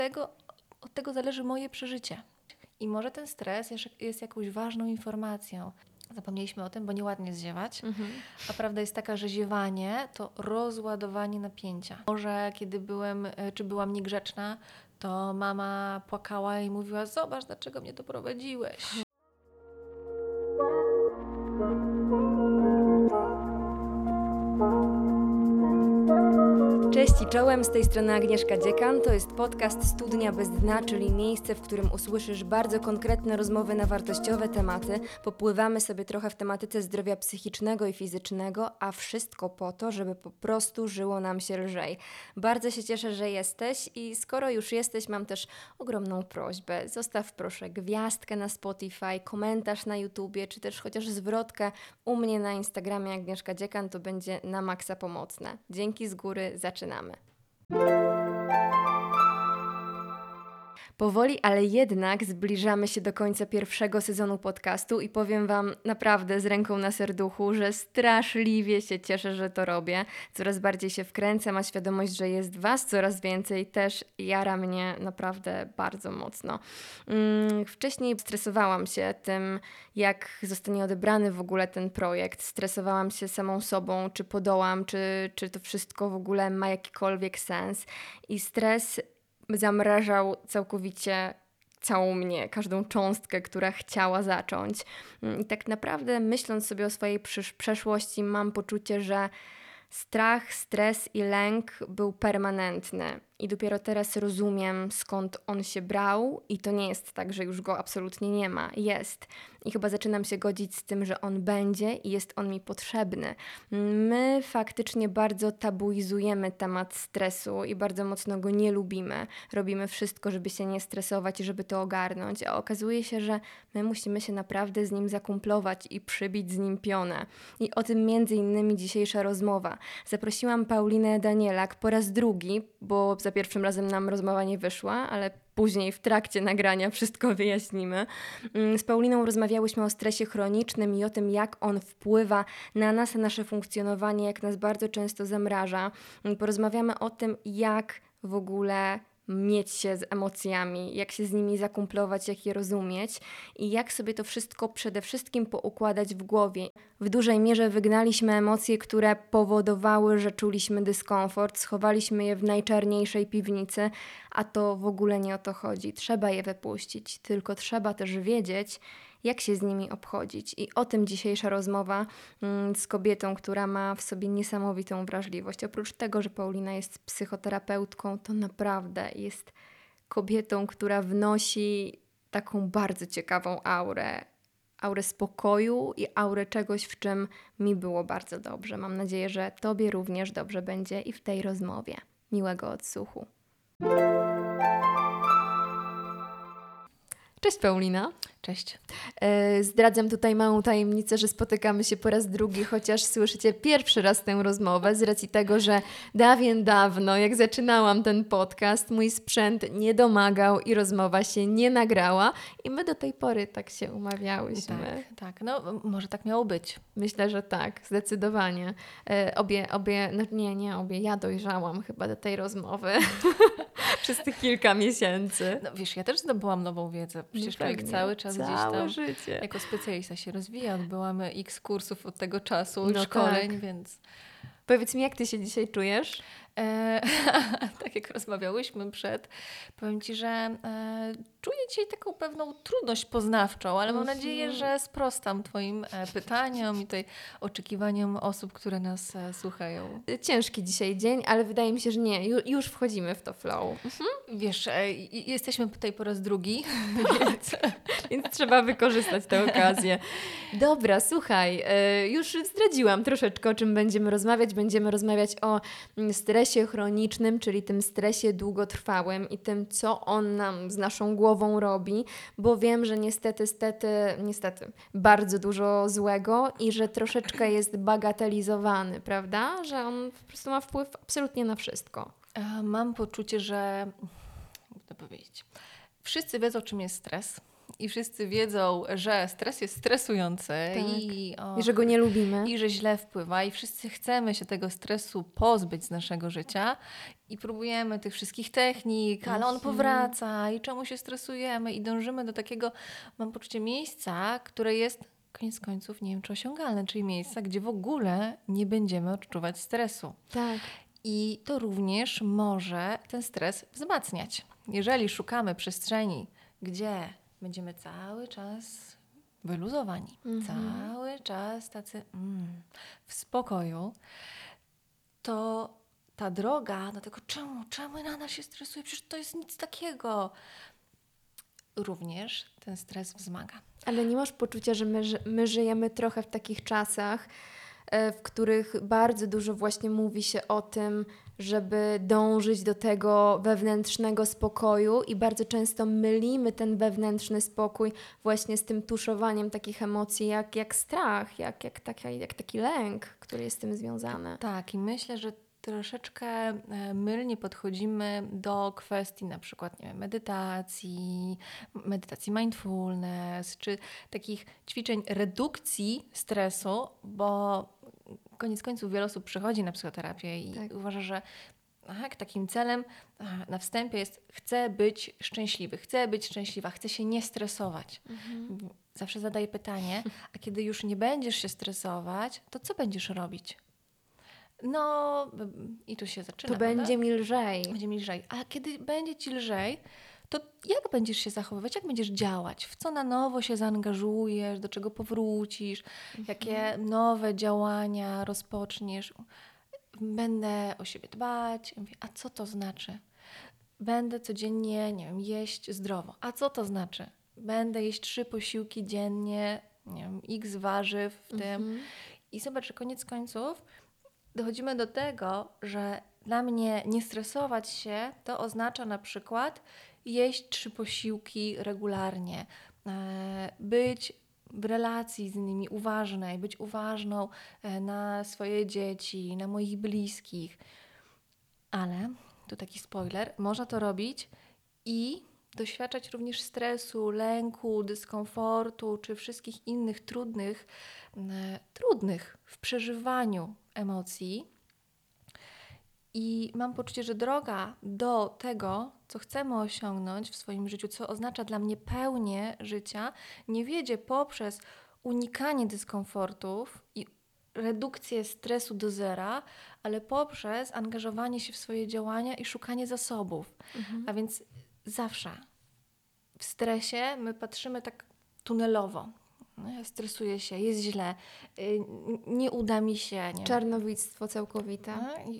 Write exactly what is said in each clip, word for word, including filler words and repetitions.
Tego, od tego zależy moje przeżycie. I może ten stres jest, jest jakąś ważną informacją. Zapomnieliśmy o tym, bo nieładnie ziewać. Mhm. A prawda jest taka, że ziewanie to rozładowanie napięcia. Może kiedy byłem, czy byłam niegrzeczna, to mama płakała i mówiła: zobacz, dlaczego mnie doprowadziłeś. Cześć i czołem, z tej strony Agnieszka Dziekan. To jest podcast Studnia bez dna, czyli miejsce, w którym usłyszysz bardzo konkretne rozmowy na wartościowe tematy. Popływamy sobie trochę w tematyce zdrowia psychicznego i fizycznego, a wszystko po to, żeby po prostu żyło nam się lżej. Bardzo się cieszę, że jesteś i skoro już jesteś, mam też ogromną prośbę. Zostaw proszę gwiazdkę na Spotify, komentarz na YouTubie, czy też chociaż zwrotkę u mnie na Instagramie Agnieszka Dziekan, to będzie na maksa pomocne. Dzięki z góry, zaczynamy. Powoli, ale jednak zbliżamy się do końca pierwszego sezonu podcastu i powiem Wam naprawdę z ręką na serduchu, że straszliwie się cieszę, że to robię. Coraz bardziej się wkręcam, a świadomość, że jest Was coraz więcej, też jara mnie naprawdę bardzo mocno. Hmm, wcześniej stresowałam się tym, jak zostanie odebrany w ogóle ten projekt. Stresowałam się samą sobą, czy podołam, czy, czy to wszystko w ogóle ma jakikolwiek sens. I stres zamrażał całkowicie całą mnie, każdą cząstkę, która chciała zacząć. I tak naprawdę myśląc sobie o swojej przysz- przeszłości, mam poczucie, że strach, stres i lęk był permanentny. I dopiero teraz rozumiem, skąd on się brał i to nie jest tak, że już go absolutnie nie ma. Jest. I chyba zaczynam się godzić z tym, że on będzie i jest on mi potrzebny. My faktycznie bardzo tabuizujemy temat stresu i bardzo mocno go nie lubimy. Robimy wszystko, żeby się nie stresować i żeby to ogarnąć, a okazuje się, że my musimy się naprawdę z nim zakumplować i przybić z nim pionę. I o tym między innymi dzisiejsza rozmowa. Zaprosiłam Paulinę Danielak po raz drugi, bo za pierwszym razem nam rozmowa nie wyszła, ale później w trakcie nagrania wszystko wyjaśnimy. Z Pauliną rozmawiałyśmy o stresie chronicznym i o tym, jak on wpływa na nas, na nasze funkcjonowanie, jak nas bardzo często zamraża. Porozmawiamy o tym, jak w ogóle mieć się z emocjami, jak się z nimi zakumplować, jak je rozumieć i jak sobie to wszystko przede wszystkim poukładać w głowie. W dużej mierze wygnaliśmy emocje, które powodowały, że czuliśmy dyskomfort, schowaliśmy je w najczarniejszej piwnicy, a to w ogóle nie o to chodzi. Trzeba je wypuścić, tylko trzeba też wiedzieć, jak się z nimi obchodzić. I o tym dzisiejsza rozmowa mm, z kobietą, która ma w sobie niesamowitą wrażliwość. Oprócz tego, że Paulina jest psychoterapeutką, to naprawdę jest kobietą, która wnosi taką bardzo ciekawą aurę. Aurę spokoju i aurę czegoś, w czym mi było bardzo dobrze. Mam nadzieję, że Tobie również dobrze będzie i w tej rozmowie. Miłego odsłuchu. Cześć Paulina. Cześć. E, zdradzam tutaj małą tajemnicę, że spotykamy się po raz drugi, chociaż słyszycie pierwszy raz tę rozmowę z racji tego, że dawien dawno, jak zaczynałam ten podcast, mój sprzęt nie domagał i rozmowa się nie nagrała i my do tej pory tak się umawiałyśmy. Tak, tak. No może tak miało być. Myślę, że tak, zdecydowanie. E, obie, obie, no nie, nie obie, ja dojrzałam chyba do tej rozmowy przez tych kilka miesięcy. No wiesz, ja też zdobyłam nową wiedzę. Przecież no człowiek cały czas Całe gdzieś tam życie. jako specjalista się rozwija. Odbyłam x kursów od tego czasu, no szkoleń, tak. więc... Powiedz mi, jak Ty się dzisiaj czujesz? E, tak jak rozmawiałyśmy przed, powiem Ci, że e, czuję dzisiaj taką pewną trudność poznawczą, ale mam nadzieję, że sprostam Twoim e, pytaniom i tutaj oczekiwaniom osób, które nas e, słuchają. Ciężki dzisiaj dzień, ale wydaje mi się, że nie. Ju, już wchodzimy w to flow. Mhm. Wiesz, e, jesteśmy tutaj po raz drugi, więc... więc trzeba wykorzystać tę okazję. Dobra, słuchaj, e, już zdradziłam troszeczkę, o czym będziemy rozmawiać. Będziemy rozmawiać o stresie chronicznym, czyli tym stresie długotrwałym i tym, co on nam z naszą głową robi, bo wiem, że niestety, stety, niestety bardzo dużo złego i że troszeczkę jest bagatelizowany, prawda? Że on po prostu ma wpływ absolutnie na wszystko. Mam poczucie, że, jak to powiedzieć, wszyscy wiedzą, czym jest stres. I wszyscy wiedzą, że stres jest stresujący tak. i, och, I że go nie lubimy. I że źle wpływa i wszyscy chcemy się tego stresu pozbyć z naszego życia i próbujemy tych wszystkich technik, ale on powraca i czemu się stresujemy i dążymy do takiego, mam poczucie, miejsca, które jest koniec końców, nie wiem czy osiągalne, czyli miejsca, gdzie w ogóle nie będziemy odczuwać stresu. Tak. I to również może ten stres wzmacniać. Jeżeli szukamy przestrzeni, gdzie będziemy cały czas wyluzowani, mhm. cały czas tacy mm, w spokoju, to ta droga do tego, czemu, czemu nadal się stresuje, przecież to jest nic takiego, również ten stres wzmaga. Ale nie masz poczucia, że my, my żyjemy trochę w takich czasach, w których bardzo dużo właśnie mówi się o tym, żeby dążyć do tego wewnętrznego spokoju i bardzo często mylimy ten wewnętrzny spokój właśnie z tym tuszowaniem takich emocji jak, jak strach, jak, jak, taka, jak taki lęk, który jest z tym związany. Tak, i myślę, że troszeczkę mylnie podchodzimy do kwestii na przykład nie wiem, medytacji, medytacji mindfulness, czy takich ćwiczeń redukcji stresu, bo koniec końców wiele osób przychodzi na psychoterapię i tak. uważa, że tak, takim celem na wstępie jest chcę być szczęśliwy, chcę być szczęśliwa, chcę się nie stresować. Mhm. Zawsze zadaję pytanie, a kiedy już nie będziesz się stresować, to co będziesz robić? No i tu się zaczyna. To prawda? Będzie mi lżej. Będzie mi lżej. A kiedy będzie ci lżej, to jak będziesz się zachowywać, jak będziesz działać, w co na nowo się zaangażujesz, do czego powrócisz, mhm. jakie nowe działania rozpoczniesz. Będę o siebie dbać. Mówię, a co to znaczy? Będę codziennie, nie wiem, jeść zdrowo. A co to znaczy? Będę jeść trzy posiłki dziennie, nie wiem, x warzyw w tym. Mhm. I zobacz, że koniec końców dochodzimy do tego, że dla mnie nie stresować się to oznacza na przykład jeść trzy posiłki regularnie, być w relacji z innymi uważnej, być uważną na swoje dzieci, na moich bliskich. Ale, tu taki spoiler, można to robić i doświadczać również stresu, lęku, dyskomfortu, czy wszystkich innych trudnych, trudnych w przeżywaniu emocji. I mam poczucie, że droga do tego, co chcemy osiągnąć w swoim życiu, co oznacza dla mnie pełnię życia, nie wiedzie poprzez unikanie dyskomfortów i redukcję stresu do zera, ale poprzez angażowanie się w swoje działania i szukanie zasobów. Mhm. A więc zawsze w stresie my patrzymy tak tunelowo. Stresuję się, jest źle, nie uda mi się. Nie Czarnowictwo całkowite.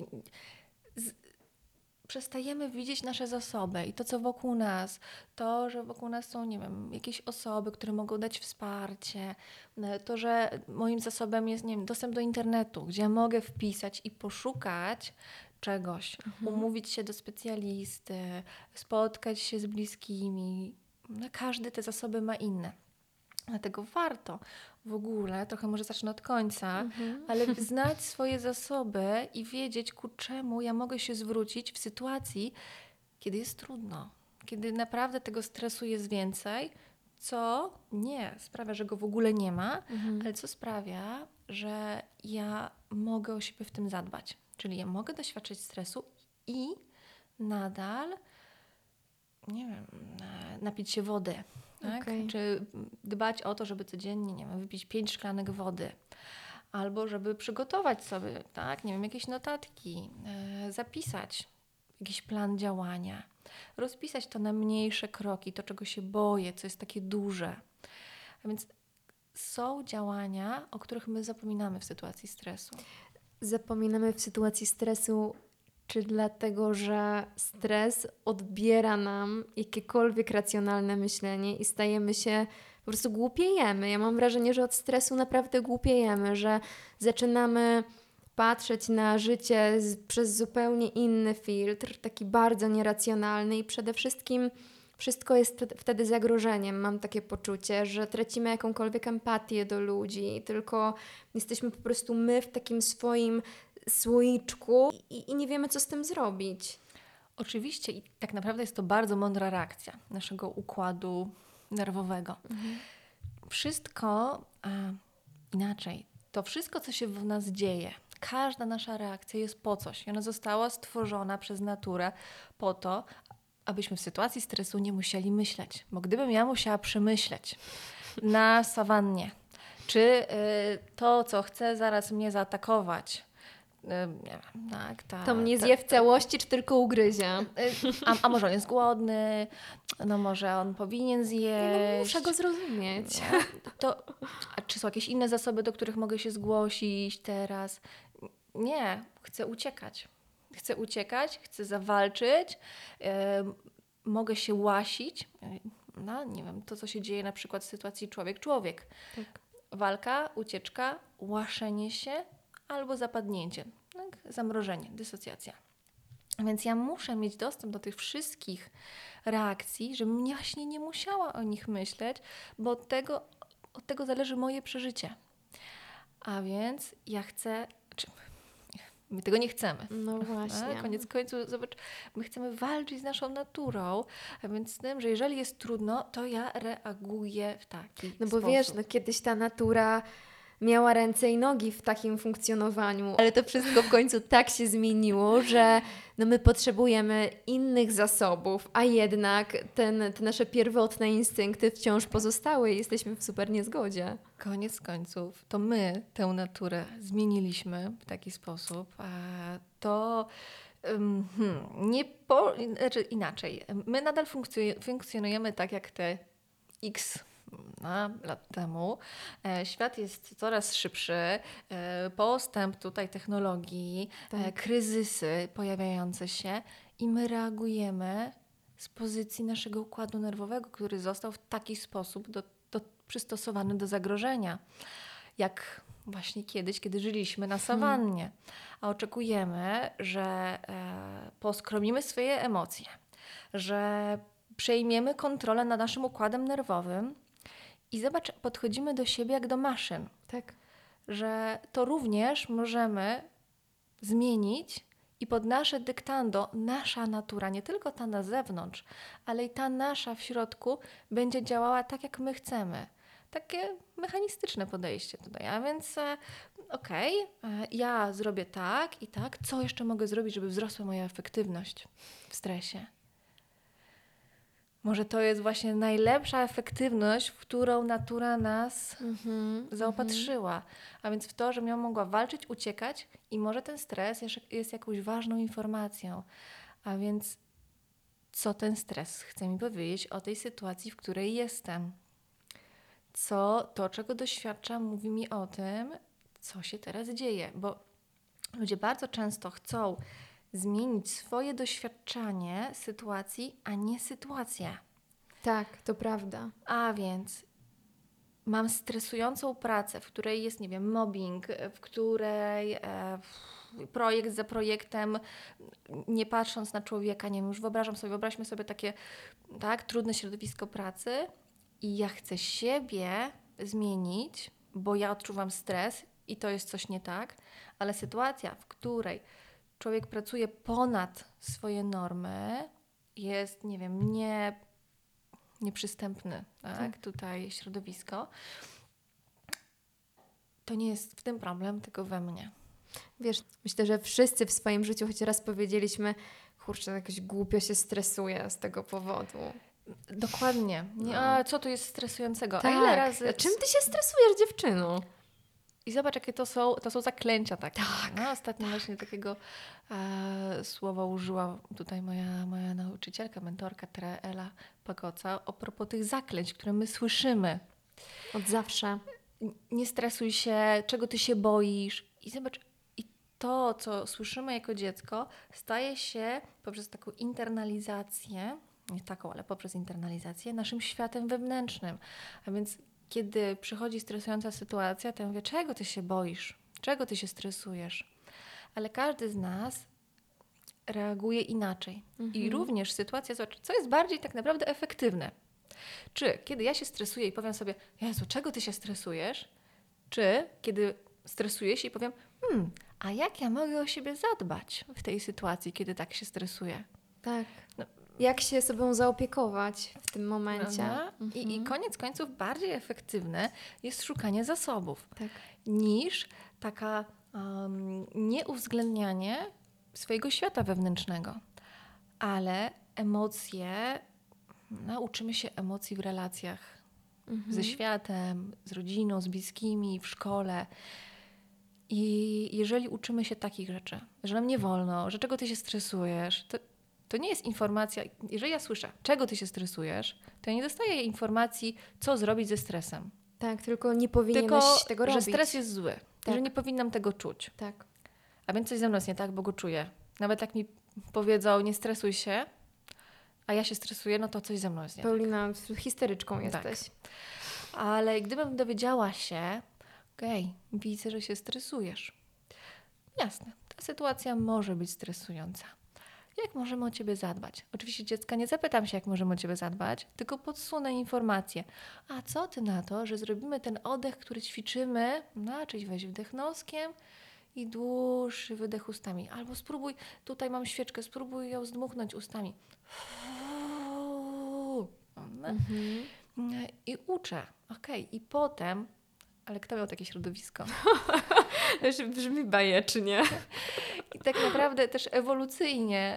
Z, przestajemy widzieć nasze zasoby i to, co wokół nas. To, że wokół nas są, nie wiem, jakieś osoby, które mogą dać wsparcie. To, że moim zasobem jest, nie wiem, dostęp do internetu, gdzie ja mogę wpisać i poszukać czegoś, mhm. umówić się do specjalisty, spotkać się z bliskimi. No, każdy te zasoby ma inne. Dlatego warto w ogóle, trochę może zacznę od końca, mhm. ale znać swoje zasoby i wiedzieć, ku czemu ja mogę się zwrócić w sytuacji, kiedy jest trudno, kiedy naprawdę tego stresu jest więcej, co nie sprawia, że go w ogóle nie ma, mhm. ale co sprawia, że ja mogę o siebie w tym zadbać. Czyli ja mogę doświadczyć stresu i nadal, nie wiem, napić się wody. Tak? Okay. Czy dbać o to, żeby codziennie, nie wiem, wypić pięć szklanek wody. Albo żeby przygotować sobie, tak, nie wiem, jakieś notatki, yy, zapisać jakiś plan działania. Rozpisać to na mniejsze kroki, to czego się boję, co jest takie duże. A więc są działania, o których my zapominamy w sytuacji stresu. Zapominamy w sytuacji stresu, czy dlatego, że stres odbiera nam jakiekolwiek racjonalne myślenie i stajemy się, po prostu głupiejemy. Ja mam wrażenie, że od stresu naprawdę głupiejemy, że zaczynamy patrzeć na życie z, przez zupełnie inny filtr, taki bardzo nieracjonalny i przede wszystkim wszystko jest wtedy zagrożeniem. Mam takie poczucie, że tracimy jakąkolwiek empatię do ludzi, tylko jesteśmy po prostu my w takim swoim słoiczku i, i nie wiemy, co z tym zrobić. Oczywiście i tak naprawdę jest to bardzo mądra reakcja naszego układu nerwowego. Mhm. Wszystko, a inaczej, to wszystko, co się w nas dzieje, Każda nasza reakcja jest po coś. I ona została stworzona przez naturę po to, abyśmy w sytuacji stresu nie musieli myśleć. Bo gdybym ja musiała przemyśleć na sawannie, czy y, to, co chce zaraz mnie zaatakować, y, nie wiem, tak, ta, To mnie ta- zje w całości, czy tylko ugryzie? y, a, a może on jest głodny, no może on powinien Nie, zjeść. no, muszę go zrozumieć. No, to, a czy są jakieś inne zasoby, do których mogę się zgłosić teraz? Nie, chcę uciekać. Chcę uciekać, chcę zawalczyć, e, mogę się łasić. E, No, nie wiem, to co się dzieje na przykład w sytuacji człowiek-człowiek. Tak. Walka, ucieczka, łaszenie się albo zapadnięcie, tak? Zamrożenie, dysocjacja. Więc ja muszę mieć dostęp do tych wszystkich reakcji, żebym właśnie nie musiała o nich myśleć, bo od tego, od tego zależy moje przeżycie. A więc ja chcę, czy my tego nie chcemy. No właśnie. A koniec końców, zobacz, my chcemy walczyć z naszą naturą, a więc z tym, że jeżeli jest trudno, to ja reaguję w taki No bo sposób. wiesz, no kiedyś ta natura miała ręce i nogi w takim funkcjonowaniu, ale to wszystko w końcu tak się zmieniło, że no my potrzebujemy innych zasobów, a jednak ten, te nasze pierwotne instynkty wciąż pozostały i jesteśmy w super niezgodzie. Koniec końców, to my tę naturę zmieniliśmy w taki sposób, a to um, hmm, nie po, znaczy inaczej. My nadal funkcju- funkcjonujemy tak jak te X no, lat temu. E, świat jest coraz szybszy, e, postęp tutaj technologii, Tak. e, kryzysy pojawiające się i my reagujemy z pozycji naszego układu nerwowego, który został w taki sposób do, do, przystosowany do zagrożenia. Jak właśnie kiedyś, kiedy żyliśmy na sawannie. A oczekujemy, że e, poskromimy swoje emocje, że przejmiemy kontrolę nad naszym układem nerwowym i zobacz, podchodzimy do siebie jak do maszyn, Tak. że to również możemy zmienić i pod nasze dyktando nasza natura, nie tylko ta na zewnątrz, ale i ta nasza w środku będzie działała tak, jak my chcemy. Takie mechanistyczne podejście tutaj, a więc e, okej, e, ja zrobię tak i tak, co jeszcze mogę zrobić, żeby wzrosła moja efektywność w stresie? Może to jest właśnie najlepsza efektywność, w którą natura nas Mhm, zaopatrzyła. A więc w to, żebym ja mogła walczyć, uciekać i może ten stres jest, jest jakąś ważną informacją. A więc co ten stres chce mi powiedzieć o tej sytuacji, w której jestem? Co to, czego doświadczam, mówi mi o tym, co się teraz dzieje? Bo ludzie bardzo często chcą zmienić swoje doświadczanie sytuacji, a nie sytuację. Tak, to prawda. A więc mam stresującą pracę, w której jest, nie wiem, mobbing, w której e, projekt za projektem, nie patrząc na człowieka, nie wiem, już wyobrażam sobie, wyobraźmy sobie takie, tak, trudne środowisko pracy i ja chcę siebie zmienić, bo ja odczuwam stres i to jest coś nie tak, ale sytuacja, w której człowiek pracuje ponad swoje normy, jest, nie wiem, nie, nieprzystępny, tak? Tak. Tutaj środowisko, to nie jest w tym problem, tylko we mnie. Wiesz, myślę, że wszyscy w swoim życiu choć raz powiedzieliśmy, kurczę, jakoś głupio się stresuję z tego powodu. Dokładnie. Nie, No. a co tu jest stresującego? Tak. A ile razy... A czym ty się stresujesz, dziewczyno? I zobacz, jakie to są, to są zaklęcia takie. Tak. No, ostatnio właśnie takiego e, słowa użyła tutaj moja, moja nauczycielka, mentorka Ela Pagoca a propos tych zaklęć, które my słyszymy. Od zawsze. Nie stresuj się, czego ty się boisz. I zobacz, i to, co słyszymy jako dziecko, staje się poprzez taką internalizację, nie taką, ale poprzez internalizację, naszym światem wewnętrznym. A więc kiedy przychodzi stresująca sytuacja, to ja mówię, czego ty się boisz? Czego ty się stresujesz? Ale każdy z nas reaguje inaczej. Mhm. I również sytuacja, zobacz, co jest bardziej tak naprawdę efektywne. Czy kiedy ja się stresuję i powiem sobie, Jezu, czego ty się stresujesz? Czy kiedy stresuję się i powiem, hmm, a jak ja mogę o siebie zadbać w tej sytuacji, kiedy tak się stresuję? Tak. No. Jak się sobą zaopiekować w tym momencie. Prawda? Mhm. I, I koniec końców bardziej efektywne jest szukanie zasobów Tak. niż taka um, nieuwzględnianie swojego świata wewnętrznego, ale emocje, nauczymy się emocji w relacjach Mhm. ze światem, z rodziną, z bliskimi, w szkole. I jeżeli uczymy się takich rzeczy, że nam nie wolno, że czego ty się stresujesz, to, to nie jest informacja. Jeżeli ja słyszę, czego ty się stresujesz, to ja nie dostaję informacji, co zrobić ze stresem. Tak, tylko nie powinieneś Tylko, tego że robić. stres jest zły, Tak. że nie powinnam tego czuć. Tak. A więc coś ze mną jest nie tak, bo go czuję. Nawet jak mi powiedzą, nie stresuj się, a ja się stresuję, no to coś ze mną jest nie tak. Paulina, histeryczką jesteś. Ale gdybym dowiedziała się, okej, okay, widzę, że się stresujesz. Jasne, ta sytuacja może być stresująca. Jak możemy o ciebie zadbać? Oczywiście dziecka nie zapytam się, jak możemy o ciebie zadbać, tylko podsunę informację. A co ty na to, że zrobimy ten oddech, który ćwiczymy, no, czyli weź wdech noskiem i dłuższy wydech ustami. Albo spróbuj, tutaj mam świeczkę, spróbuj ją zdmuchnąć ustami. No. Mhm. I uczę. Okej, okay. I potem, ale kto miał takie środowisko? Brzmi bajecznie. I tak naprawdę też ewolucyjnie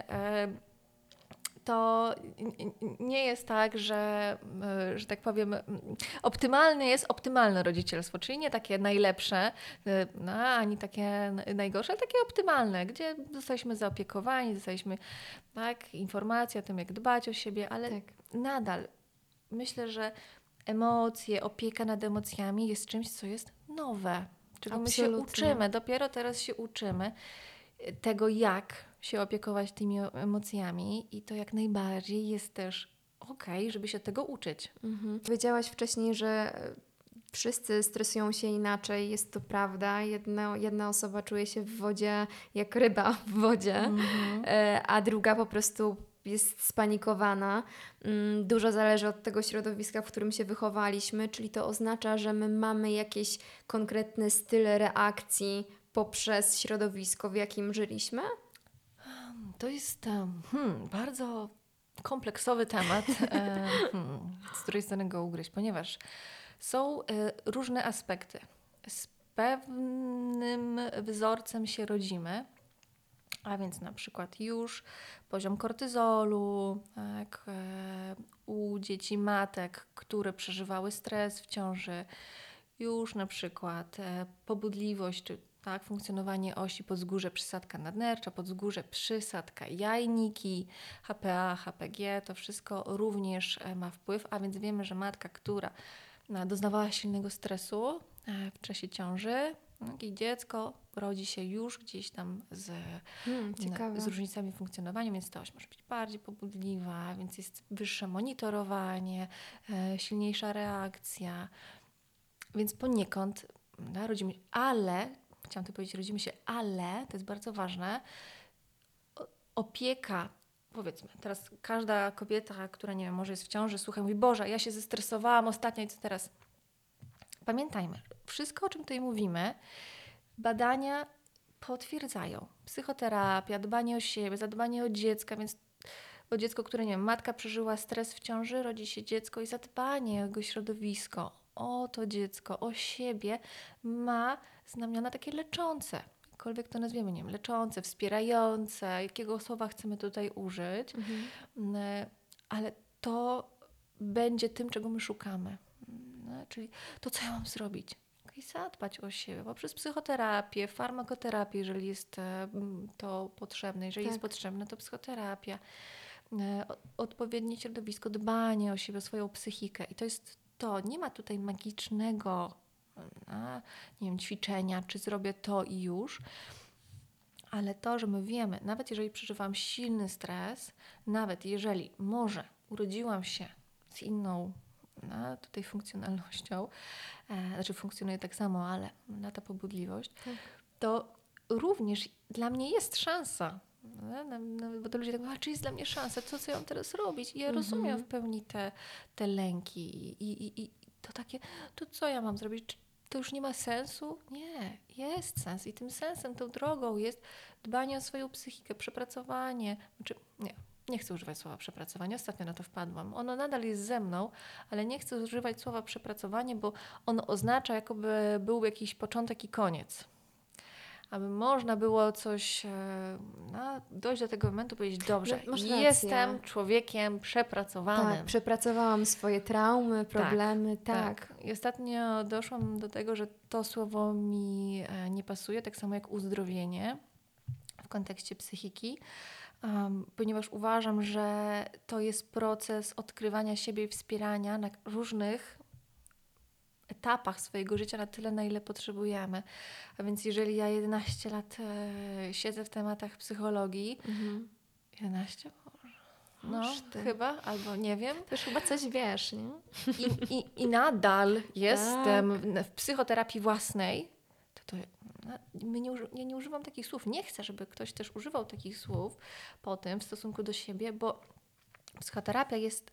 to nie jest tak, że, że tak powiem, optymalne jest optymalne rodzicielstwo, czyli nie takie najlepsze, no, ani takie najgorsze, ale takie optymalne, gdzie zostaliśmy zaopiekowani, dostaliśmy tak, informacje o tym, jak dbać o siebie, ale tak. Nadal myślę, że emocje, opieka nad emocjami jest czymś, co jest nowe, czego Absolutnie. My się uczymy, dopiero teraz się uczymy tego, jak się opiekować tymi emocjami i to jak najbardziej jest też okej, żeby się tego uczyć. Mhm. Powiedziałaś wcześniej, że wszyscy stresują się inaczej, jest to prawda. Jedna, jedna osoba czuje się w wodzie jak ryba w wodzie, mhm. a druga po prostu jest spanikowana. Dużo zależy od tego środowiska, w którym się wychowaliśmy, czyli to oznacza, że my mamy jakieś konkretne style reakcji poprzez środowisko, w jakim żyliśmy? To jest hmm, bardzo kompleksowy temat, hmm, z której strony go ugryźć, ponieważ są y, różne aspekty. Z pewnym wzorcem się rodzimy, a więc na przykład już poziom kortyzolu, tak, e, u dzieci matek, które przeżywały stres w ciąży, już na przykład e, pobudliwość, czy tak, funkcjonowanie osi podzgórze przysadka nadnercza, podzgórze przysadka jajniki, H P A, H P G, to wszystko również ma wpływ, a więc wiemy, że matka, która doznawała silnego stresu w czasie ciąży, i dziecko rodzi się już gdzieś tam z, hmm, z różnicami funkcjonowania, więc ta oś może być bardziej pobudliwa, więc jest wyższe monitorowanie, silniejsza reakcja, więc poniekąd no, rodzimy się, ale chciałam tu powiedzieć, rodzimy się, ale, to jest bardzo ważne, opieka, powiedzmy, teraz każda kobieta, która, nie wiem, może jest w ciąży, słucha, mówi, Boże, ja się zestresowałam ostatnio i co teraz? Pamiętajmy, wszystko, o czym tutaj mówimy, badania potwierdzają. Psychoterapia, dbanie o siebie, zadbanie o dziecka, więc o dziecko, które, nie wiem, matka przeżyła stres w ciąży, rodzi się dziecko i zadbanie o jego środowisko, o to dziecko, o siebie ma znamiona takie leczące. Jakkolwiek to nazwiemy, nie wiem, leczące, wspierające, jakiego słowa chcemy tutaj użyć, mhm. ale to będzie tym, czego my szukamy. No, czyli to, co ja mam zrobić. I zadbać o siebie poprzez psychoterapię, farmakoterapię, jeżeli jest to potrzebne. Jeżeli tak. jest potrzebne, to psychoterapia. Odpowiednie środowisko, dbanie o siebie, o swoją psychikę. I to jest to. Nie ma tutaj magicznego a, nie wiem, ćwiczenia, czy zrobię to i już. Ale to, że my wiemy, nawet jeżeli przeżywam silny stres, nawet jeżeli może urodziłam się z inną no, tutaj funkcjonalnością, e, znaczy funkcjonuje tak samo, ale na ta pobudliwość, tak. to również dla mnie jest szansa. No, no, no, bo to ludzie tak mówią, a czy jest dla mnie szansa, co, co ja mam teraz robić? I ja mm-hmm. rozumiem w pełni te, te lęki i, i, i to takie, to co ja mam zrobić? To już nie ma sensu? Nie, jest sens i tym sensem, tą drogą jest dbanie o swoją psychikę, przepracowanie, znaczy nie, nie chcę używać słowa przepracowanie, ostatnio na to wpadłam. Ono nadal jest ze mną, ale nie chcę używać słowa przepracowanie, bo ono oznacza, jakoby był jakiś początek i koniec. aby można było coś, e, no, dojść do tego momentu, powiedzieć, dobrze, No, masz rację. jestem człowiekiem przepracowanym. Tak, przepracowałam swoje traumy, problemy, tak. tak. I ostatnio doszłam do tego, że to słowo mi e, nie pasuje, tak samo jak uzdrowienie w kontekście psychiki, um, ponieważ uważam, że to jest proces odkrywania siebie i wspierania na różnych etapach swojego życia na tyle, na ile potrzebujemy. A więc jeżeli ja jedenaście lat e, siedzę w tematach psychologii, Mhm. jedenaście? No, Oż ty. chyba, albo nie wiem. Też chyba coś wiesz, nie? I, i, i nadal jestem w, w psychoterapii własnej, to, to no, my nie, uży, ja nie używam takich słów. Nie chcę, żeby ktoś też używał takich słów po tym w stosunku do siebie, bo psychoterapia jest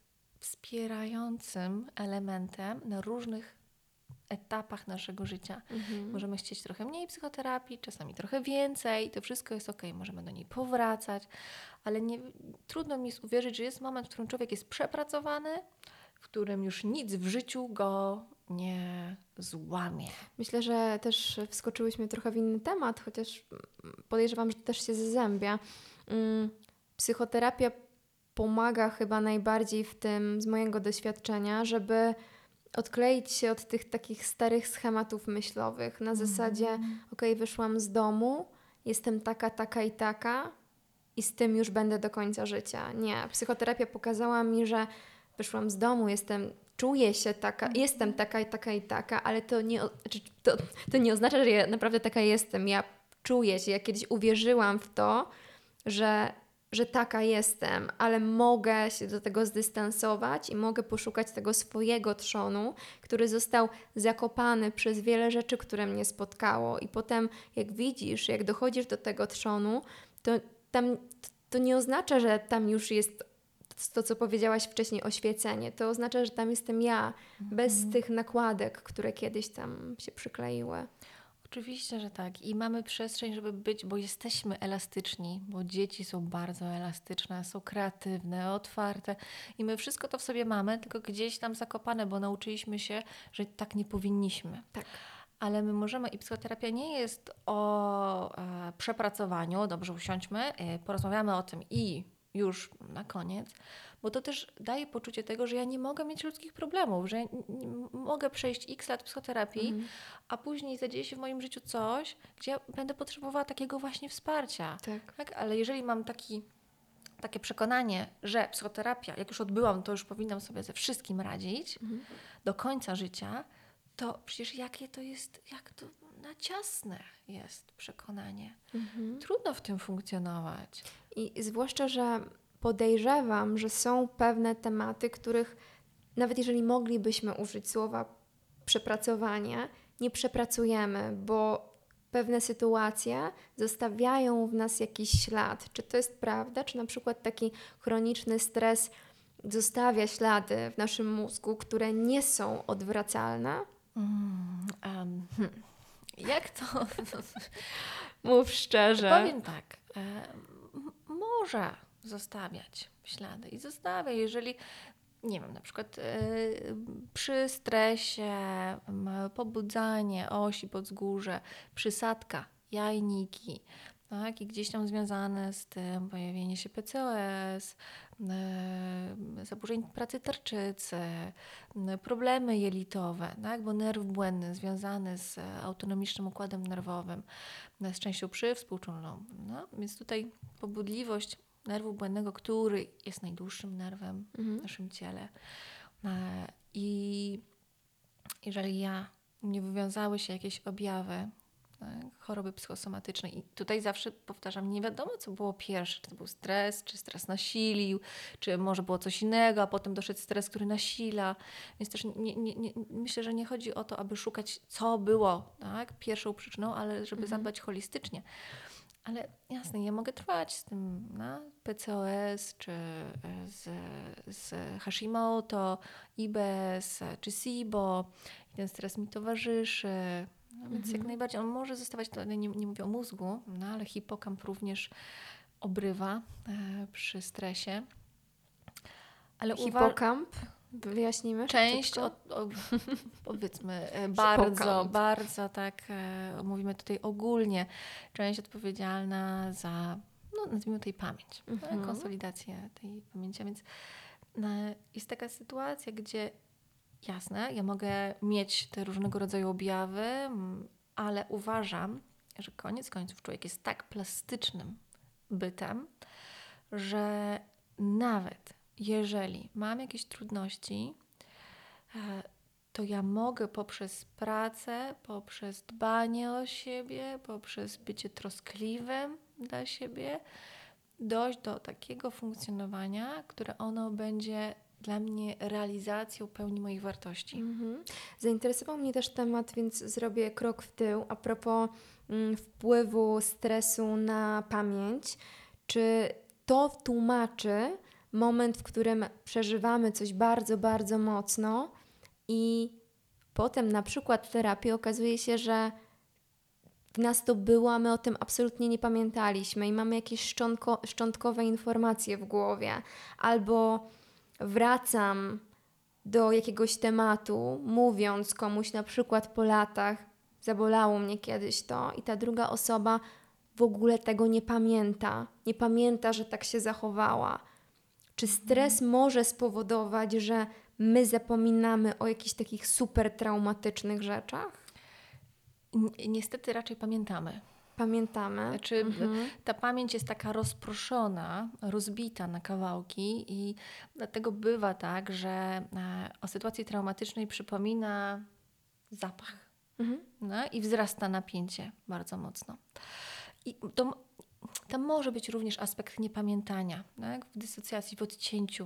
wspierającym elementem na różnych etapach naszego życia. Mhm. Możemy chcieć trochę mniej psychoterapii, czasami trochę więcej, to wszystko jest okej, możemy do niej powracać, ale nie, trudno mi jest uwierzyć, że jest moment, w którym człowiek jest przepracowany, w którym już nic w życiu go nie złamie. Myślę, że też wskoczyłyśmy trochę w inny temat, chociaż podejrzewam, że to też się zazębia. Mm, Psychoterapia pomaga chyba najbardziej w tym, z mojego doświadczenia, żeby odkleić się od tych takich starych schematów myślowych. Na zasadzie, okej, wyszłam z domu, jestem taka, taka i taka i z tym już będę do końca życia. Nie, psychoterapia pokazała mi, że wyszłam z domu, jestem, czuję się taka, jestem taka i taka i taka, ale to nie, o- znaczy, to, to nie oznacza, że ja naprawdę taka jestem. Ja czuję się, ja kiedyś uwierzyłam w to, że, że taka jestem, ale mogę się do tego zdystansować i mogę poszukać tego swojego trzonu, który został zakopany przez wiele rzeczy, które mnie spotkało. I potem jak widzisz, jak dochodzisz do tego trzonu, to tam to nie oznacza, że tam już jest to, co powiedziałaś wcześniej, oświecenie. To oznacza, że tam jestem ja, bez tych nakładek, które kiedyś tam się przykleiły. Oczywiście, że tak. I mamy przestrzeń, żeby być, bo jesteśmy elastyczni, bo dzieci są bardzo elastyczne, są kreatywne, otwarte i my wszystko to w sobie mamy, tylko gdzieś tam zakopane, bo nauczyliśmy się, że tak nie powinniśmy. Tak. Ale my możemy, i psychoterapia nie jest o e, przepracowaniu, dobrze usiądźmy, e, porozmawiamy o tym i już na koniec, bo to też daje poczucie tego, że ja nie mogę mieć ludzkich problemów, że ja n- n- mogę przejść x lat psychoterapii, Mhm. a później zadzieje się w moim życiu coś, gdzie ja będę potrzebowała takiego właśnie wsparcia. Tak. Tak? Ale jeżeli mam taki, takie przekonanie, że psychoterapia, jak już odbyłam, to już powinnam sobie ze wszystkim radzić Mhm. do końca życia, to przecież jakie to jest, jak to na ciasne jest przekonanie. Mhm. Trudno w tym funkcjonować. I zwłaszcza, że podejrzewam, że są pewne tematy, których nawet jeżeli moglibyśmy użyć słowa przepracowanie, nie przepracujemy, bo pewne sytuacje zostawiają w nas jakiś ślad. Czy to jest prawda? Czy na przykład taki chroniczny stres zostawia ślady w naszym mózgu, które nie są odwracalne? Mm, um, hmm. Jak to? Mów szczerze. Powiem tak, e, m- może zostawiać ślady i zostawia, jeżeli, nie wiem, na przykład e, przy stresie, m, pobudzanie osi podzgórze, przysadka, jajniki, tak, i gdzieś tam związane z tym pojawienie się P C O S, e, zaburzeń pracy tarczycy, m, problemy jelitowe, tak, bo nerw błędny związany z autonomicznym układem nerwowym, z częścią przywspółczulną. No, więc tutaj pobudliwość nerwu błędnego, który jest najdłuższym nerwem Mhm. w naszym ciele. E, I jeżeli ja nie wywiązały się jakieś objawy tak, choroby psychosomatycznej, i tutaj zawsze powtarzam, nie wiadomo, co było pierwsze, czy to był stres, czy stres nasilił, czy może było coś innego, a potem doszedł stres, który nasila. Więc też nie, nie, nie, myślę, że nie chodzi o to, aby szukać, co było tak, pierwszą przyczyną, ale żeby Mhm. zadbać holistycznie. Ale jasne, ja mogę trwać z tym no? P C O S, czy z, z Hashimoto, I B S, czy SIBO. I ten stres mi towarzyszy. No, więc Mhm. jak najbardziej on może zostawać, to nie, nie mówię o mózgu, no, ale hipokamp również obrywa e, przy stresie. Ale uwa- Hipokamp? Wyjaśnimy? Część, szybciutko? od, o, powiedzmy, e, bardzo, Pokałut. bardzo tak e, mówimy tutaj ogólnie, część odpowiedzialna za, no nazwijmy tej pamięć, Mhm. e, konsolidację tej pamięci, więc e, jest taka sytuacja, gdzie jasne, ja mogę mieć te różnego rodzaju objawy, m, ale uważam, że koniec końców człowiek jest tak plastycznym bytem, że nawet jeżeli mam jakieś trudności, e, to ja mogę poprzez pracę, poprzez dbanie o siebie, poprzez bycie troskliwym dla siebie, dojść do takiego funkcjonowania, które ono będzie dla mnie realizacją pełni moich wartości. Mhm. Zainteresował mnie też temat, więc zrobię krok w tył. A propos mm, wpływu stresu na pamięć, czy to tłumaczy moment, w którym przeżywamy coś bardzo, bardzo mocno i potem na przykład w terapii okazuje się, że w nas to było, a my o tym absolutnie nie pamiętaliśmy i mamy jakieś szczątko, szczątkowe informacje w głowie, albo wracam do jakiegoś tematu, mówiąc komuś na przykład po latach, zabolało mnie kiedyś to i ta druga osoba w ogóle tego nie pamięta, nie pamięta, że tak się zachowała. Czy stres może spowodować, że my zapominamy o jakichś takich super traumatycznych rzeczach? Ni- Niestety raczej pamiętamy. Pamiętamy. Znaczy, Mhm. ta pamięć jest taka rozproszona, rozbita na kawałki i dlatego bywa tak, że e, o sytuacji traumatycznej przypomina zapach, Mhm. no, i wzrasta napięcie bardzo mocno. I to, tam może być również aspekt niepamiętania, tak? W dysocjacji, w odcięciu.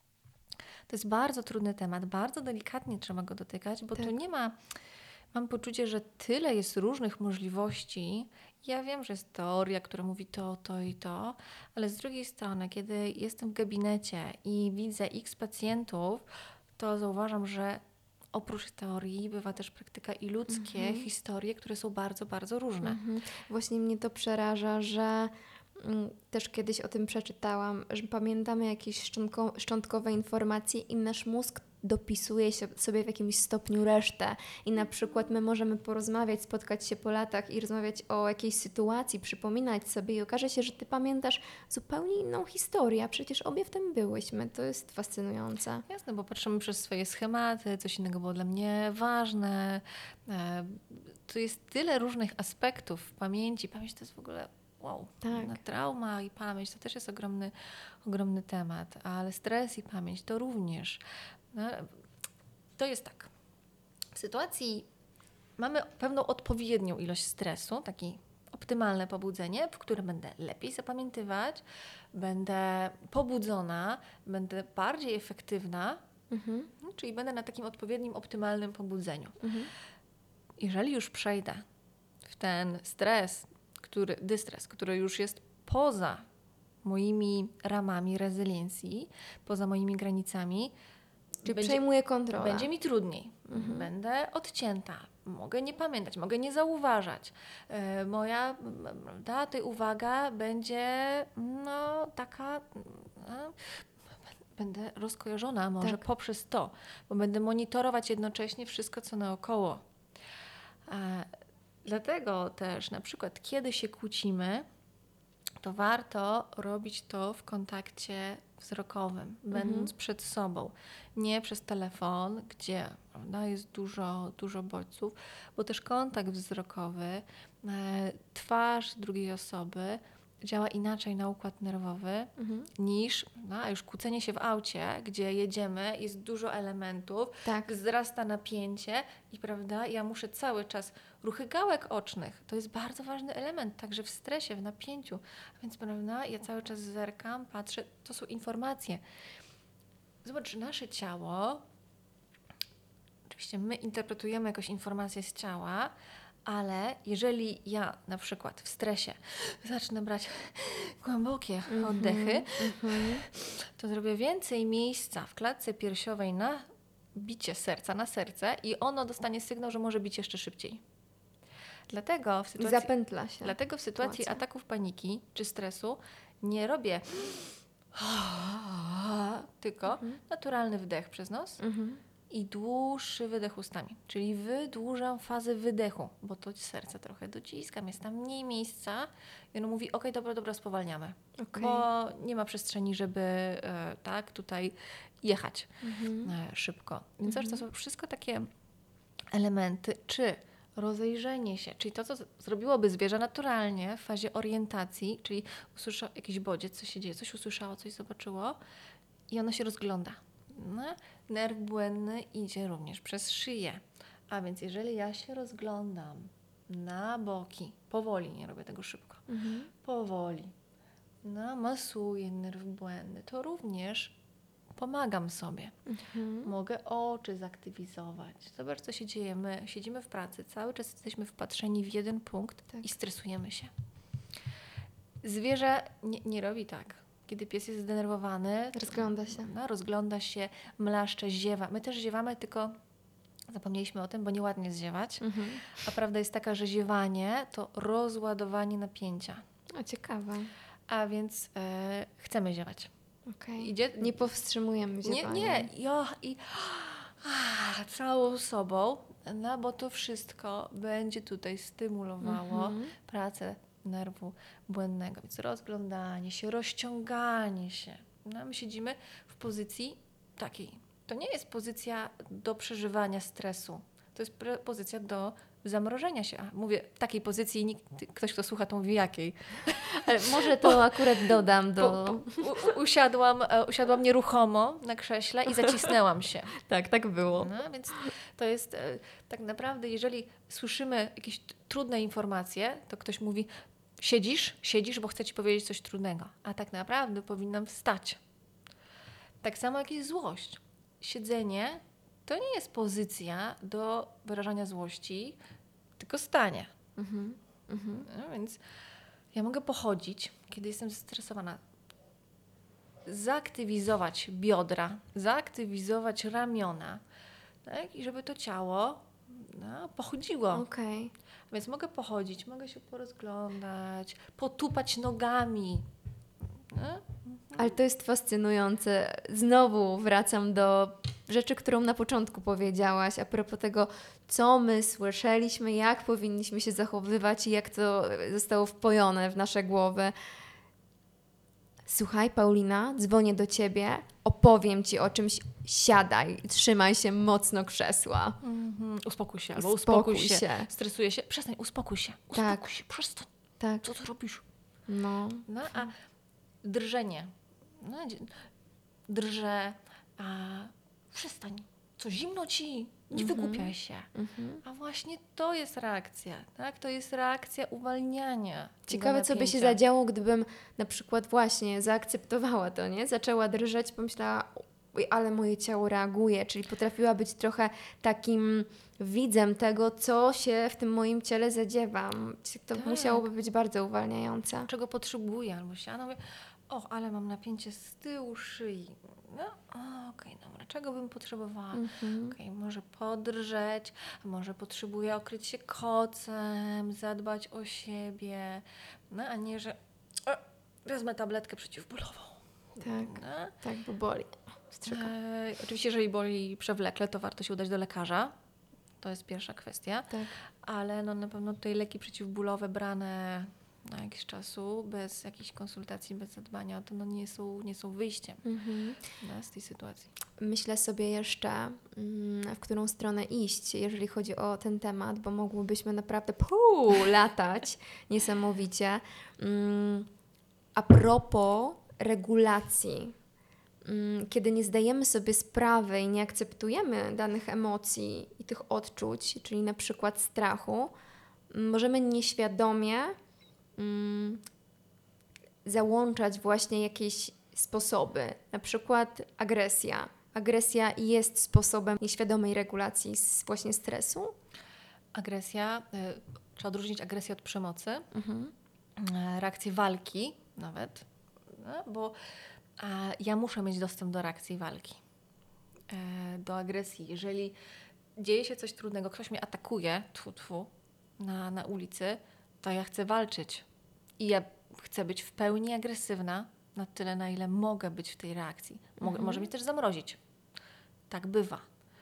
To jest bardzo trudny temat, bardzo delikatnie trzeba go dotykać, bo Tak. tu nie ma... Mam poczucie, że tyle jest różnych możliwości. Ja wiem, że jest teoria, która mówi to, to i to, ale z drugiej strony, kiedy jestem w gabinecie i widzę x pacjentów, to zauważam, że oprócz teorii bywa też praktyka i ludzkie Mhm. historie, które są bardzo, bardzo różne. Mhm. Właśnie mnie to przeraża, że mm, też kiedyś o tym przeczytałam, że pamiętamy jakieś szczątko, szczątkowe informacje i nasz mózg dopisuje się sobie w jakimś stopniu resztę. I na przykład my możemy porozmawiać, spotkać się po latach i rozmawiać o jakiejś sytuacji, przypominać sobie i okaże się, że ty pamiętasz zupełnie inną historię, a przecież obie w tym byłyśmy. To jest fascynujące. Jasne, bo patrzymy przez swoje schematy, coś innego było dla mnie ważne. E, Tu jest tyle różnych aspektów w pamięci. Pamięć to jest w ogóle wow. Tak. Na trauma i pamięć to też jest ogromny, ogromny temat, ale stres i pamięć to również. No, to jest tak. W sytuacji mamy pewną odpowiednią ilość stresu, taki optymalne pobudzenie, w którym będę lepiej zapamiętywać, będę pobudzona, będę bardziej efektywna, Mhm. czyli będę na takim odpowiednim, optymalnym pobudzeniu. Mhm. Jeżeli już przejdę w ten stres, który, dystres, który już jest poza moimi ramami rezyliencji, poza moimi granicami, Czyli będzie, przejmuje kontrolę. będzie mi trudniej. Mhm. Będę odcięta. Mogę nie pamiętać, mogę nie zauważać. E, moja prawda, tej uwaga będzie no, taka... No, będę rozkojarzona może Tak. poprzez to, bo będę monitorować jednocześnie wszystko, co naokoło. E, dlatego też na przykład, kiedy się kłócimy, to warto robić to w kontakcie wzrokowym, będąc Mhm. przed sobą. Nie przez telefon, gdzie prawda, jest dużo, dużo bodźców, bo też kontakt wzrokowy, e, twarz drugiej osoby działa inaczej na układ nerwowy Mhm. niż no, a już kłócenie się w aucie, gdzie jedziemy, jest dużo elementów, Tak. wzrasta napięcie i prawda, ja muszę cały czas ruchy gałek ocznych, to jest bardzo ważny element, także w stresie, w napięciu, więc prawda, ja cały czas zerkam, patrzę, to są informacje. Zobacz, że nasze ciało, oczywiście my interpretujemy jakąś informację z ciała, ale jeżeli ja na przykład w stresie zacznę brać głębokie oddechy, Mhm. to zrobię więcej miejsca w klatce piersiowej na bicie serca, na serce i ono dostanie sygnał, że może bić jeszcze szybciej. Dlatego w I sytuacji, zapętla się. dlatego w sytuacji sytuacja. ataków paniki czy stresu nie robię tylko Mhm. naturalny wdech przez nos Mhm. i dłuższy wydech ustami. Czyli wydłużam fazę wydechu, bo to serce trochę dociskam, jest tam mniej miejsca i ono mówi, okej, dobra, dobra, spowalniamy. Okej. Bo nie ma przestrzeni, żeby e, tak tutaj jechać Mhm. e, szybko. Więc Mhm. to są wszystko takie elementy, czy rozejrzenie się, czyli to, co z- zrobiłoby zwierzę naturalnie w fazie orientacji, czyli usłyszało jakiś bodziec, co się dzieje, coś usłyszało, coś zobaczyło i ono się rozgląda. No, nerw błędny idzie również przez szyję. A więc jeżeli ja się rozglądam na boki, powoli, nie robię tego szybko, Mhm. powoli, no, masuję nerw błędny, to również pomagam sobie. Mhm. Mogę oczy zaktywizować. Zobacz, co się dzieje. My siedzimy w pracy, cały czas jesteśmy wpatrzeni w jeden punkt Tak. i stresujemy się. Zwierzę nie, nie robi tak. Kiedy pies jest zdenerwowany, Rozgląda się. no, rozgląda się, mlaszcze, ziewa. My też ziewamy, tylko zapomnieliśmy o tym, bo nieładnie ziewać. Mhm. A prawda jest taka, że ziewanie to rozładowanie napięcia. O, ciekawe. A więc e, chcemy ziewać. Okej. Idzie, Nie powstrzymujemy Nie, ziewania. nie, jo, i a, całą sobą, no bo to wszystko będzie tutaj stymulowało Mhm. pracę nerwu błędnego. Więc rozglądanie się, rozciąganie się. No, my siedzimy w pozycji takiej. To nie jest pozycja do przeżywania stresu. To jest pre- pozycja do zamrożenia się. A, mówię w takiej pozycji, nikt, ktoś, kto słucha, to mówi jakiej. Ale może to akurat dodam do... Po, po, u, usiadłam, e, usiadłam nieruchomo na krześle i zacisnęłam się. Tak, tak było. No, więc to jest e, tak naprawdę, jeżeli słyszymy jakieś t- trudne informacje, to ktoś mówi, siedzisz, siedzisz, bo chce ci powiedzieć coś trudnego. A tak naprawdę powinnam wstać. Tak samo jak jest złość. Siedzenie to nie jest pozycja do wyrażania złości, tylko stanie. Mhm. Mhm. No, więc ja mogę pochodzić, kiedy jestem zestresowana, zaaktywizować biodra, zaaktywizować ramiona, tak? I żeby to ciało no, pochodziło. Okej. Więc mogę pochodzić, mogę się porozglądać, potupać nogami. No? Ale to jest fascynujące. Znowu wracam do rzeczy, którą na początku powiedziałaś, a propos tego, co my słyszeliśmy, jak powinniśmy się zachowywać i jak to zostało wpojone w nasze głowy. Słuchaj, Paulina, dzwonię do ciebie, opowiem ci o czymś, siadaj, trzymaj się mocno krzesła. Mhm. Uspokój się, albo Uspokój uspokój się. się. Stresuje się, przestań, uspokój się. Uspokój Tak. się, przestań. Tak, Co ty robisz? no. No, a drżenie. No, dzie- drże, a przestań. Co zimno ci, nie Mhm. wygłupiaj się. Mhm. A właśnie to jest reakcja, tak? To jest reakcja uwalniania. Ciekawe, tego co by się napięcia. zadziało, gdybym na przykład właśnie zaakceptowała to, nie? Zaczęła drżeć, pomyślała, "Oj, ale moje ciało reaguje", czyli potrafiła być trochę takim widzem tego, co się w tym moim ciele zadziewa. To Tak. musiałoby być bardzo uwalniające. Czego potrzebuję, albo się, a no mówię, o, ale mam napięcie z tyłu szyi. No, o, okej, dobra, czego bym potrzebowała? Mhm. Okej, może podrżeć, może potrzebuję okryć się kocem, zadbać o siebie, no, a nie, że e, wezmę tabletkę przeciwbólową. Tak, No. tak, bo boli. Wstrzyka. E, oczywiście, jeżeli boli przewlekle, to warto się udać do lekarza. To jest pierwsza kwestia. Tak. Ale no, na pewno tutaj leki przeciwbólowe brane na jakiś czasu, bez jakichś konsultacji, bez zadbania o to, no, nie są, nie są wyjściem Mhm. no, z tej sytuacji. Myślę sobie jeszcze, mm, w którą stronę iść, jeżeli chodzi o ten temat, bo mogłybyśmy naprawdę pół latać niesamowicie. Mm, A propos regulacji, mm, kiedy nie zdajemy sobie sprawy i nie akceptujemy danych emocji i tych odczuć, czyli na przykład strachu, mm, możemy nieświadomie mm, załączać właśnie jakieś sposoby, na przykład agresja. Agresja jest sposobem nieświadomej regulacji z właśnie stresu. Agresja, y, trzeba odróżnić agresję od przemocy, Mhm. y, reakcję walki nawet, no, bo a, ja muszę mieć dostęp do reakcji walki, y, do agresji. Jeżeli dzieje się coś trudnego, ktoś mnie atakuje, tfu, tfu, na, na ulicy, to ja chcę walczyć i ja chcę być w pełni agresywna, na tyle, na ile mogę być w tej reakcji. Mogę, Mhm. Może mnie też zamrozić. Tak bywa.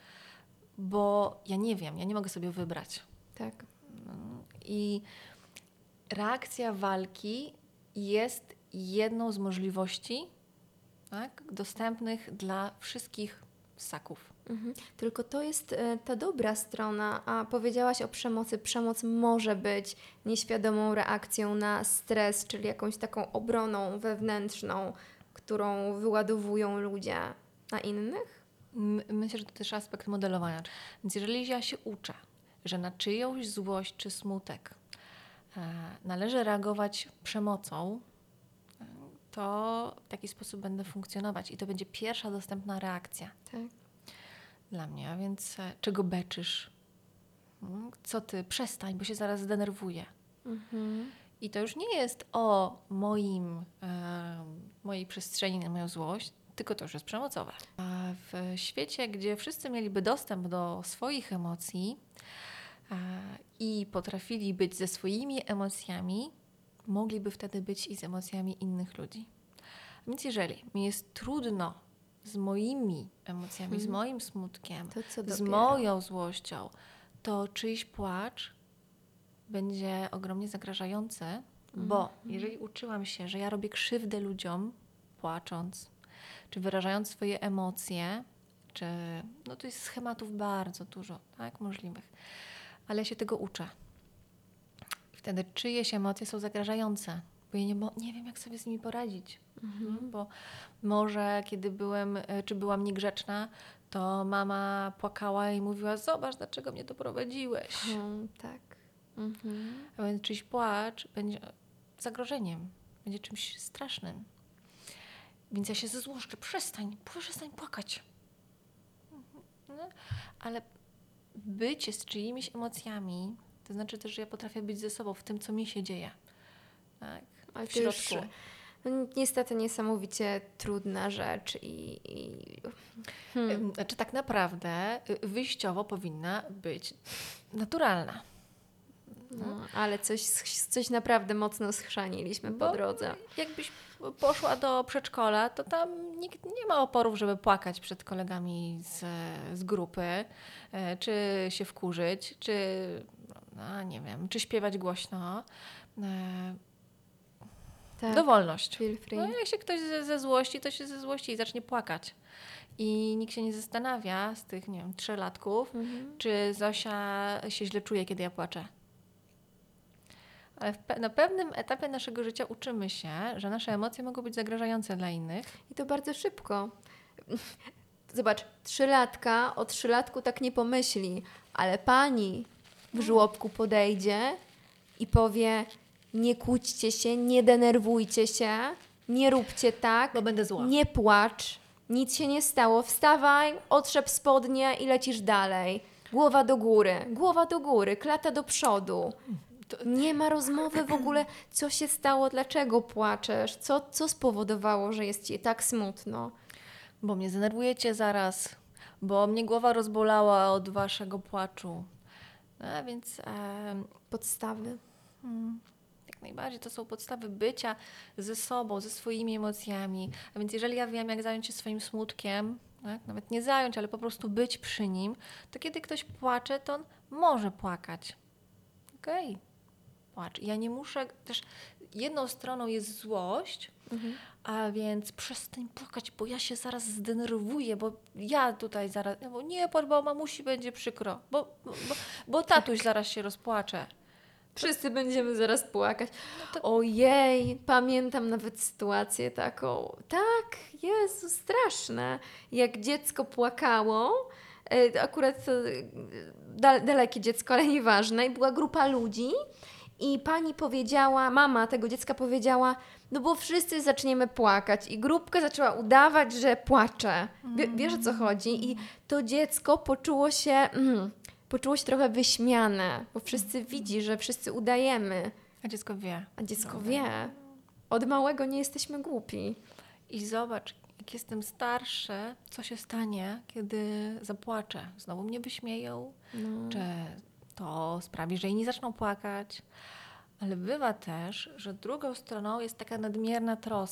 Bo ja nie wiem, ja nie mogę sobie wybrać. Tak. I reakcja walki jest jedną z możliwości, tak, dostępnych dla wszystkich ssaków. Mhm. Tylko to jest e, ta dobra strona, a powiedziałaś o przemocy. Przemoc może być nieświadomą reakcją na stres, czyli jakąś taką obroną wewnętrzną, którą wyładowują ludzie na innych. M- Myślę, że to też aspekt modelowania. Więc jeżeli ja się uczę, że na czyjąś złość czy smutek e, należy reagować przemocą, e, to w taki sposób będę funkcjonować i to będzie pierwsza dostępna reakcja Tak. dla mnie. A więc e, czego beczysz? Mm, Co ty? Przestań, bo się zaraz zdenerwuję. Mhm. I to już nie jest o moim, e, mojej przestrzeni na moją złość, tylko to już jest przemocowe. A w świecie, gdzie wszyscy mieliby dostęp do swoich emocji e, i potrafili być ze swoimi emocjami, mogliby wtedy być i z emocjami innych ludzi. Więc jeżeli mi jest trudno z moimi emocjami, z Mhm. moim smutkiem, To co z dopiero. moją złością, to czyjś płacz będzie ogromnie zagrażający, bo jeżeli uczyłam się, że ja robię krzywdę ludziom płacząc, czy wyrażając swoje emocje, czy no to jest schematów bardzo dużo, tak, możliwych, ale ja się tego uczę. I wtedy czyjeś emocje są zagrażające, bo ja nie, mo- nie wiem, jak sobie z nimi poradzić. Mhm. Bo może kiedy byłem, e, czy byłam niegrzeczna, to mama płakała i mówiła: zobacz, dlaczego mnie doprowadziłeś. Mhm, tak. Mhm. A więc czyjś płacz będzie zagrożeniem, będzie czymś strasznym. Więc ja się zezłoszczę, przestań, przestań płakać. No, ale bycie z czyimiś emocjami, to znaczy też, że ja potrafię być ze sobą w tym, co mi się dzieje. Tak, Ale w to już, środku. no, niestety niesamowicie trudna rzecz i... i... Hmm. Znaczy tak naprawdę y, wyjściowo powinna być naturalna. No, ale coś, sch- coś naprawdę mocno schrzaniliśmy po Bo drodze. jakbyś poszła do przedszkola, to tam nikt nie ma oporów, żeby płakać przed kolegami z, z grupy, e, czy się wkurzyć, czy no, nie wiem, czy śpiewać głośno. E, Tak, Dowolność. feel free. No, jak się ktoś ze, ze złości, to się ze złości i zacznie płakać. I nikt się nie zastanawia z tych, nie wiem, trzylatków, Mhm. czy Zosia się źle czuje, kiedy ja płaczę. Ale w pe- na pewnym etapie naszego życia uczymy się, że nasze emocje mogą być zagrażające dla innych. I to bardzo szybko. Zobacz, trzylatka o trzylatku tak nie pomyśli, ale pani w żłobku podejdzie i powie: nie kłóćcie się, nie denerwujcie się, nie róbcie tak, Bo będę zła. nie płacz, nic się nie stało, wstawaj, otrzep spodnie i lecisz dalej. Głowa do góry, głowa do góry, klata do przodu. To- Nie ma rozmowy w ogóle, co się stało, dlaczego płaczesz, co, co spowodowało, że jest ci tak smutno. Bo mnie zdenerwujecie zaraz, bo mnie głowa rozbolała od waszego płaczu. A więc em, Podstawy. hmm, jak najbardziej to są podstawy bycia ze sobą, ze swoimi emocjami. A więc jeżeli ja wiem, jak zająć się swoim smutkiem, tak? Nawet nie zająć, ale po prostu być przy nim, to kiedy ktoś płacze, to on może płakać. Okej, płacz. Ja nie muszę też... Jedną stroną jest złość, Mhm. a więc przestań płakać, bo ja się zaraz zdenerwuję, bo ja tutaj zaraz... No bo nie płacz, bo mamusi będzie przykro, bo, bo, bo, bo tatuś zaraz się rozpłacze. Wszyscy będziemy zaraz płakać. to- Ojej, pamiętam nawet sytuację taką. Tak, Jezu, straszne. Jak dziecko płakało, e, akurat e, dal, dalekie dziecko, ale nieważne, i była grupa ludzi i pani powiedziała, mama tego dziecka powiedziała: no bo wszyscy zaczniemy płakać, i grupka zaczęła udawać, że płacze. Wie, wiesz, o co chodzi? I to dziecko poczuło się... Mm, Poczuło się trochę wyśmiane, bo wszyscy widzi, że wszyscy udajemy, A dziecko wie. a dziecko Dobra. wie. Od małego nie jesteśmy głupi. I zobacz, jak jestem starszy, co się stanie, kiedy zapłaczę. Znowu mnie wyśmieją, No. czy to sprawi, że inni zaczną płakać. Ale bywa też, że drugą stroną jest taka nadmierna troska.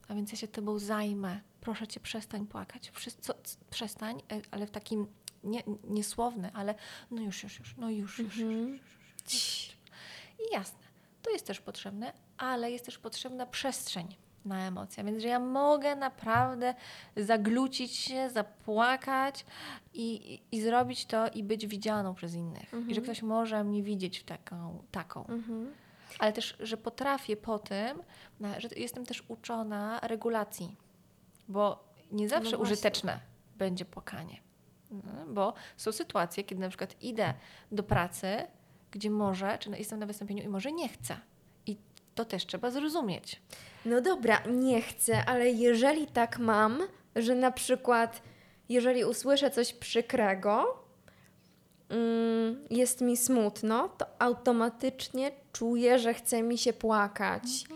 a więc ja się tobą zajmę. Proszę cię, przestań płakać. Wszystko, przestań, ale w takim nie, niesłowny, ale no już, już, już, no już, już, już, już, już, już, już. I jasne, to jest też potrzebne, ale jest też potrzebna przestrzeń na emocje, więc że ja mogę naprawdę zaglucić się, zapłakać i, i, i zrobić to i być widzianą przez innych. Mhm. I że ktoś może mnie widzieć w taką, taką. Mhm. Ale też, że potrafię po tym, że jestem też uczona regulacji, bo nie zawsze No użyteczne będzie płakanie. Bo są sytuacje, kiedy na przykład idę do pracy, gdzie może, czy jestem na wystąpieniu i może nie chcę. I to też trzeba zrozumieć. No dobra, nie chcę, ale jeżeli tak mam, że na przykład jeżeli usłyszę coś przykrego, mm, jest mi smutno, to automatycznie czuję, że chce mi się płakać. Mhm.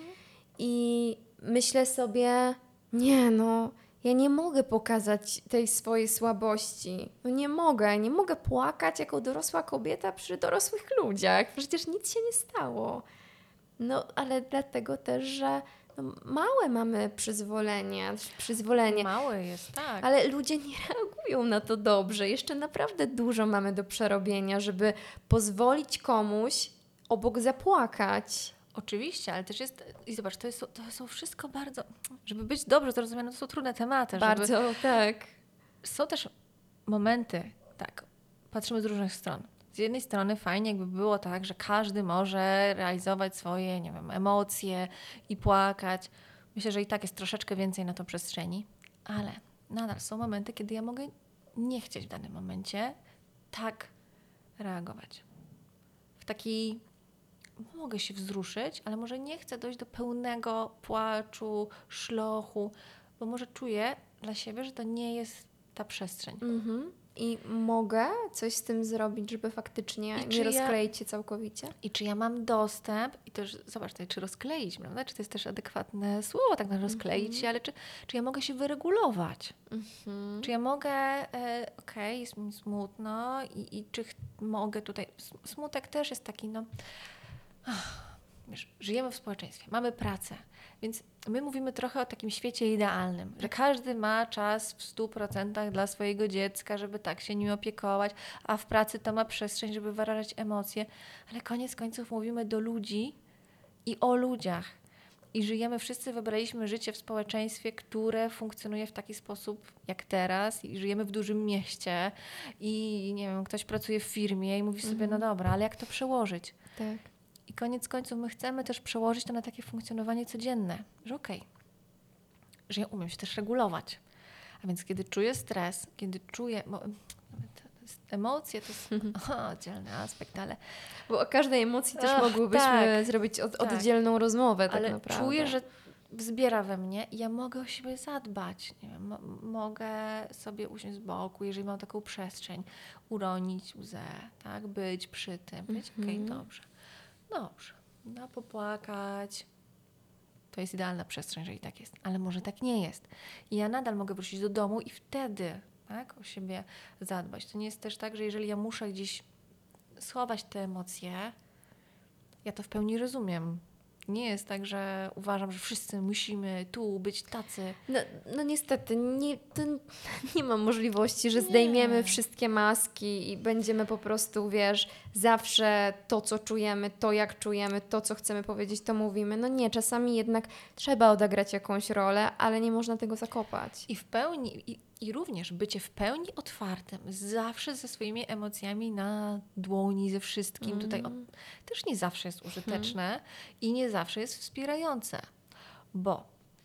I myślę sobie, nie no, ja nie mogę pokazać tej swojej słabości. No nie mogę, nie mogę płakać jako dorosła kobieta przy dorosłych ludziach. Przecież nic się nie stało. No, ale dlatego też, że no, małe mamy przyzwolenie, przyzwolenie. Małe jest, tak. Ale ludzie nie reagują na to dobrze. Jeszcze naprawdę dużo mamy do przerobienia, żeby pozwolić komuś obok zapłakać. Oczywiście, ale też jest, i zobacz, to, jest, to są wszystko bardzo, żeby być dobrze zrozumiane, to są trudne tematy. Bardzo, żeby... tak. Są też momenty, tak, patrzymy z różnych stron. Z jednej strony fajnie jakby było tak, że każdy może realizować swoje, nie wiem, emocje i płakać. Myślę, że i tak jest troszeczkę więcej na to przestrzeni, ale nadal są momenty, kiedy ja mogę nie chcieć w danym momencie tak reagować. W taki, mogę się wzruszyć, ale może nie chcę dojść do pełnego płaczu, szlochu, bo może czuję dla siebie, że to nie jest ta przestrzeń. Mhm. I mogę coś z tym zrobić, żeby faktycznie I nie ja, rozkleić się całkowicie? I czy ja mam dostęp, i też zobacz, tutaj, czy rozkleić, prawda? Czy to jest też adekwatne słowo, tak na rozkleić się, Mhm. ale czy, czy ja mogę się wyregulować? Mhm. Czy ja mogę, e, okej, okay, jest mi smutno i, i czy ch- mogę tutaj, smutek też jest taki, no, ach, wiesz, żyjemy w społeczeństwie, mamy pracę, więc my mówimy trochę o takim świecie idealnym, że każdy ma czas w stu procentach dla swojego dziecka, żeby tak się nim opiekować, a w pracy to ma przestrzeń, żeby wyrażać emocje, ale koniec końców mówimy do ludzi i o ludziach. I żyjemy, wszyscy wybraliśmy życie w społeczeństwie, które funkcjonuje w taki sposób jak teraz i żyjemy w dużym mieście i nie wiem, ktoś pracuje w firmie i mówi sobie, Mhm. no dobra, ale jak to przełożyć? Tak. I koniec końców my chcemy też przełożyć to na takie funkcjonowanie codzienne, że okej, okay, że ja umiem się też regulować. A więc kiedy czuję stres, kiedy czuję... Bo, emocje to jest o, oddzielny aspekt, ale... Bo o każdej emocji też Ach, mogłybyśmy tak, zrobić od, tak. oddzielną rozmowę tak ale naprawdę. Czuję, że wzbiera we mnie i ja mogę o siebie zadbać. Nie wiem, mo- mogę sobie usiąść z boku, jeżeli mam taką przestrzeń, uronić łzę, tak? Być przy tym, być Mhm. okej, okay, dobrze. Dobrze, no popłakać. To jest idealna przestrzeń, jeżeli tak jest. Ale może tak nie jest. I ja nadal mogę wrócić do domu i wtedy tak, o siebie zadbać. To nie jest też tak, że jeżeli ja muszę gdzieś schować te emocje, ja to w pełni rozumiem. Nie jest tak, że uważam, że wszyscy musimy tu być tacy. No, no niestety, nie, to nie ma możliwości, że Nie. zdejmiemy wszystkie maski i będziemy po prostu, wiesz, zawsze to, co czujemy, to jak czujemy, to, co chcemy powiedzieć, to mówimy. No nie, czasami jednak trzeba odegrać jakąś rolę, ale nie można tego zakopać. I w pełni, i, i również bycie w pełni otwartym, zawsze ze swoimi emocjami na dłoni, ze wszystkim. Mm. Tutaj o, też nie zawsze jest użyteczne mm. i nie zawsze jest wspierające, bo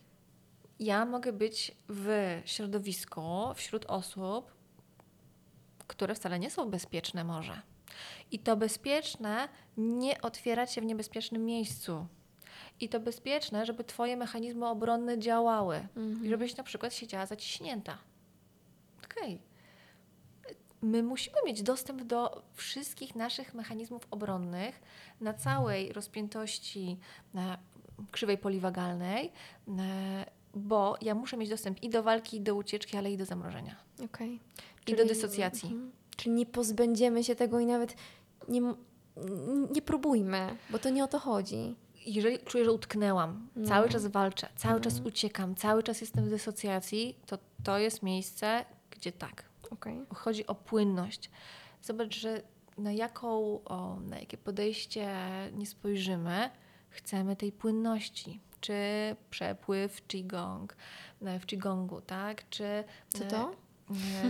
ja mogę być w środowisku, wśród osób, które wcale nie są bezpieczne może. I to bezpieczne nie otwierać się w niebezpiecznym miejscu. I to bezpieczne, żeby twoje mechanizmy obronne działały. Mm-hmm. I żebyś na przykład siedziała zaciśnięta. Okej. Okay. My musimy mieć dostęp do wszystkich naszych mechanizmów obronnych na całej rozpiętości na krzywej poliwagalnej, bo ja muszę mieć dostęp i do walki, i do ucieczki, ale i do zamrożenia. Okay. I Czyli, do dysocjacji. Mm-hmm. Czyli nie pozbędziemy się tego i nawet nie, nie próbujmy, bo to nie o to chodzi. jeżeli czuję, że utknęłam, No. cały czas walczę, cały Mhm. czas uciekam, cały czas jestem w dysocjacji, to to jest miejsce, gdzie tak, Okej. chodzi o płynność. Zobacz, że na, jaką, o, na jakie podejście nie spojrzymy, chcemy tej płynności. Czy przepływ Qigong, e, w Qigongu, tak? Czy, Co to? e,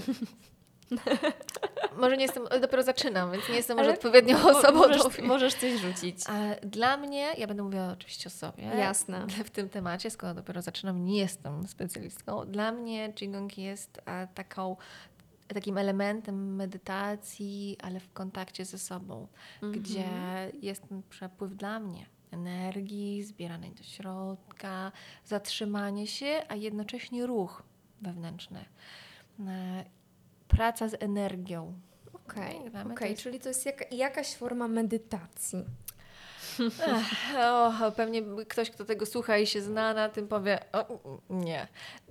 może nie jestem, dopiero zaczynam, więc nie jestem może Ale odpowiednią Mo- osobą. możesz, do... możesz coś rzucić. A dla mnie, ja będę mówiła oczywiście o sobie. Jasne. W tym temacie, skoro dopiero zaczynam, nie jestem specjalistką. Dla mnie Qigong jest a, taką, takim elementem medytacji, ale w kontakcie ze sobą, Mhm. gdzie jest ten przepływ dla mnie energii, zbieranej do środka, zatrzymanie się, a jednocześnie ruch wewnętrzny. E, Praca z energią. Okej, Tak, dla mnie to okej, jest- czyli to jest jaka, jakaś forma medytacji. Ech, o, pewnie ktoś, kto tego słucha i się zna na tym, powie, o, nie.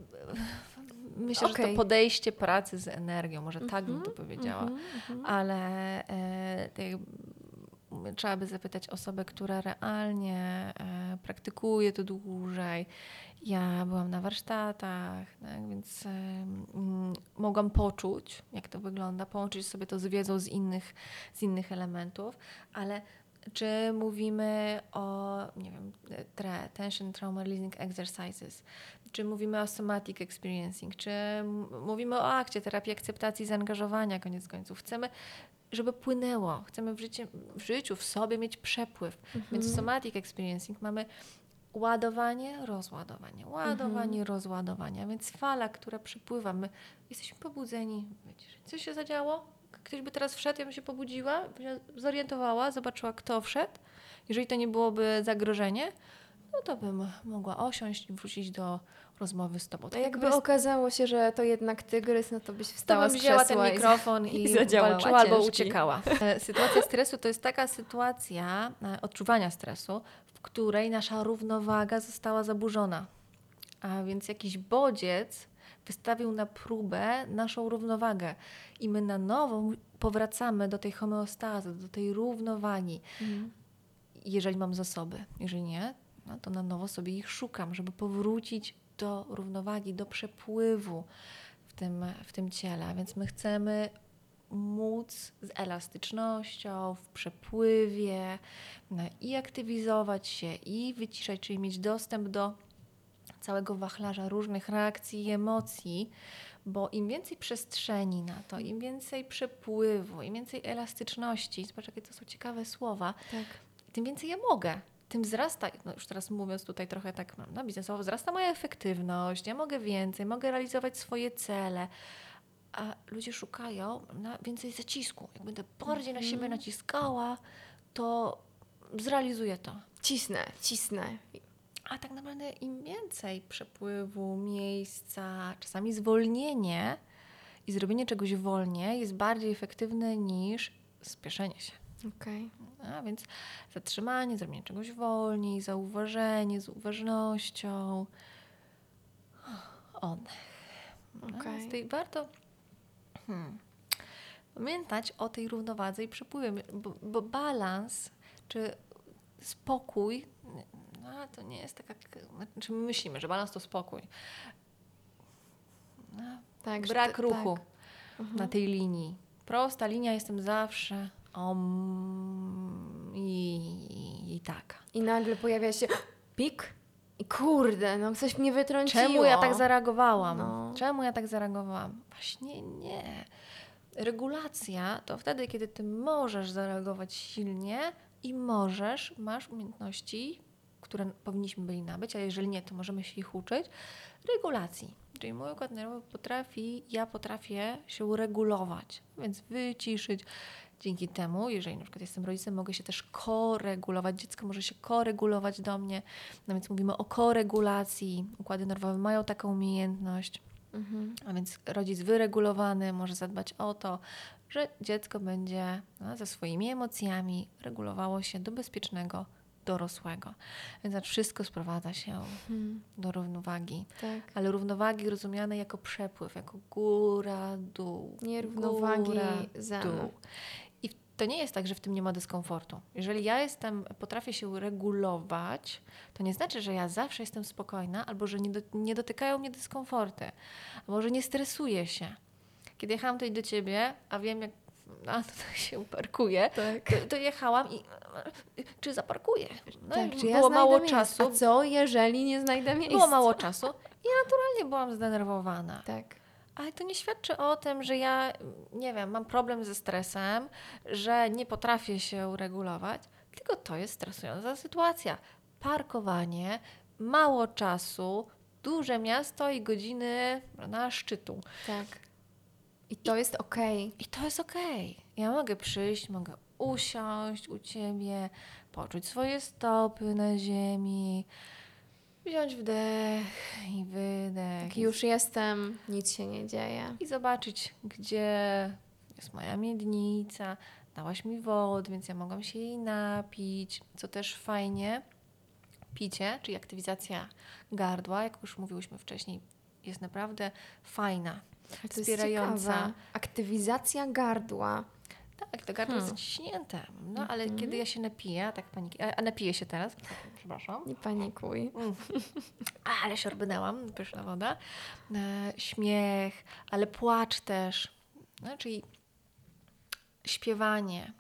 Myślę, że Okej. to podejście pracy z energią, może tak bym to Mhm, powiedziała, mhm, mhm. ale e, tak, jakby trzeba by zapytać osobę, która realnie e, praktykuje to dłużej. Ja byłam na warsztatach, tak, więc e, mm, mogłam poczuć, jak to wygląda, połączyć sobie to z wiedzą z innych, z innych elementów, ale czy mówimy o, nie wiem, tra- tension trauma releasing exercises, czy mówimy o somatic experiencing, czy m- mówimy o akcie terapii akceptacji i zaangażowania, koniec końców. Chcemy, żeby płynęło. Chcemy w, życie, w życiu, w sobie mieć przepływ. Więc w somatic experiencing mamy ładowanie, rozładowanie, ładowanie, rozładowanie. Więc fala, która przypływa, my jesteśmy pobudzeni. Wiecie, co się zadziało? Ktoś by teraz wszedł, ja bym się pobudziła, bym się zorientowała, zobaczyła, kto wszedł. Jeżeli to nie byłoby zagrożenie, no to bym mogła osiąść i wrócić do rozmowy z tobą. A Tak jakby jakby okazało się, że to jednak tygrys, no to byś to wstała bym z wzięła ten krzesła i- mikrofon i i, zadziałała walczyła albo ciężki. uciekała. E, Sytuacja stresu to jest taka sytuacja e, odczuwania stresu, w której nasza równowaga została zaburzona. A więc jakiś bodziec wystawił na próbę naszą równowagę i my na nowo mu- powracamy do tej homeostazy, do tej równowagi. Mhm. Jeżeli mam zasoby, jeżeli nie, no to na nowo sobie ich szukam, żeby powrócić do równowagi, do przepływu w tym, w tym ciele. A więc my chcemy móc z elastycznością, w przepływie no, i aktywizować się, i wyciszać, czyli mieć dostęp do całego wachlarza różnych reakcji i emocji, bo im więcej przestrzeni na to, im więcej przepływu, im więcej elastyczności, zobacz, jakie to są ciekawe słowa, Tak. tym więcej ja mogę. Tym wzrasta, no już teraz mówiąc tutaj trochę tak no, biznesowo, wzrasta moja efektywność, ja mogę więcej, mogę realizować swoje cele, a ludzie szukają na więcej zacisku. Jak będę bardziej na siebie naciskała, to zrealizuję to. Cisnę, cisnę. A tak naprawdę im więcej przepływu, miejsca, czasami zwolnienie i zrobienie czegoś wolniej jest bardziej efektywne niż spieszenie się. Okej. A więc zatrzymanie, zrobienie czegoś wolniej, zauważenie z uważnością. Oddech. A Okej. więc tutaj warto hmm, pamiętać o tej równowadze i przepływie, bo, bo balans czy spokój, no, to nie jest taka, znaczy my myślimy, że balans to spokój. No, Tak, że brak to- ruchu tak. na tej linii. Prosta linia, jestem zawsze om i, i taka. I nagle pojawia się pik i kurde, no coś mnie wytrąciło. Czemu ja tak zareagowałam? No. Czemu ja tak zareagowałam? Właśnie nie. Regulacja to wtedy, kiedy ty możesz zareagować silnie i możesz, masz umiejętności, które powinniśmy byli nabyć, a jeżeli nie, to możemy się ich uczyć, regulacji. Czyli mój układ nerwowy potrafi, ja potrafię się regulować, więc wyciszyć. Dzięki temu, jeżeli na przykład jestem rodzicem, mogę się też koregulować. Dziecko może się koregulować do mnie. No więc mówimy o koregulacji. Układy nerwowe mają taką umiejętność. Mhm. A więc rodzic wyregulowany może zadbać o to, że dziecko będzie no, ze swoimi emocjami regulowało się do bezpiecznego dorosłego. Więc tak wszystko sprowadza się Mhm. do równowagi. Tak. Ale równowagi rozumiane jako przepływ, jako góra, dół. Nie równowagi góra, zen. dół. I to nie jest tak, że w tym nie ma dyskomfortu. Jeżeli ja jestem, potrafię się regulować, to nie znaczy, że ja zawsze jestem spokojna albo że nie, do, nie dotykają mnie dyskomforty, albo że nie stresuję się. Kiedy jechałam tutaj do Ciebie, a wiem jak a tutaj się parkuję, Tak. to, to jechałam i czy zaparkuję? No tak, i czy ja było mało miejsce? czasu. A co, jeżeli nie znajdę miejsca? Było mało czasu i naturalnie byłam zdenerwowana. Tak. Ale to nie świadczy o tym, że ja, nie wiem, mam problem ze stresem, że nie potrafię się regulować, tylko to jest stresująca sytuacja. Parkowanie, mało czasu, duże miasto i godziny na szczytu. Tak. I to jest okej. I to jest okej. Ja mogę przyjść, mogę usiąść u Ciebie, poczuć swoje stopy na ziemi, wziąć wdech i wydech. Tak, już jestem, nic się nie dzieje. I zobaczyć, gdzie jest moja miednica. Dałaś mi wody, więc ja mogłam się jej napić, co też fajnie. Picie, czyli aktywizacja gardła, jak już mówiłyśmy wcześniej, jest naprawdę fajna, To wspierająca. jest aktywizacja gardła. Tak, to gardło Hmm. jest zaciśnięte. No ale Mhm. kiedy ja się napiję, a tak paniki, a, a napiję się teraz, przepraszam. Nie panikuj. Mm. Ale się orbynęłam, pyszna woda. E, śmiech, ale płacz też. No, czyli śpiewanie.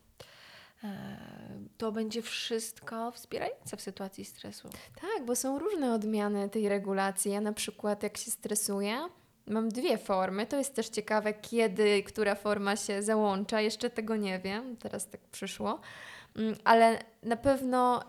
E, to będzie wszystko wspierające w sytuacji stresu. Tak, bo są różne odmiany tej regulacji. Ja na przykład jak się stresuję, mam dwie formy. To jest też ciekawe, kiedy, która forma się załącza. Jeszcze tego nie wiem, teraz tak przyszło. Mm, Ale na pewno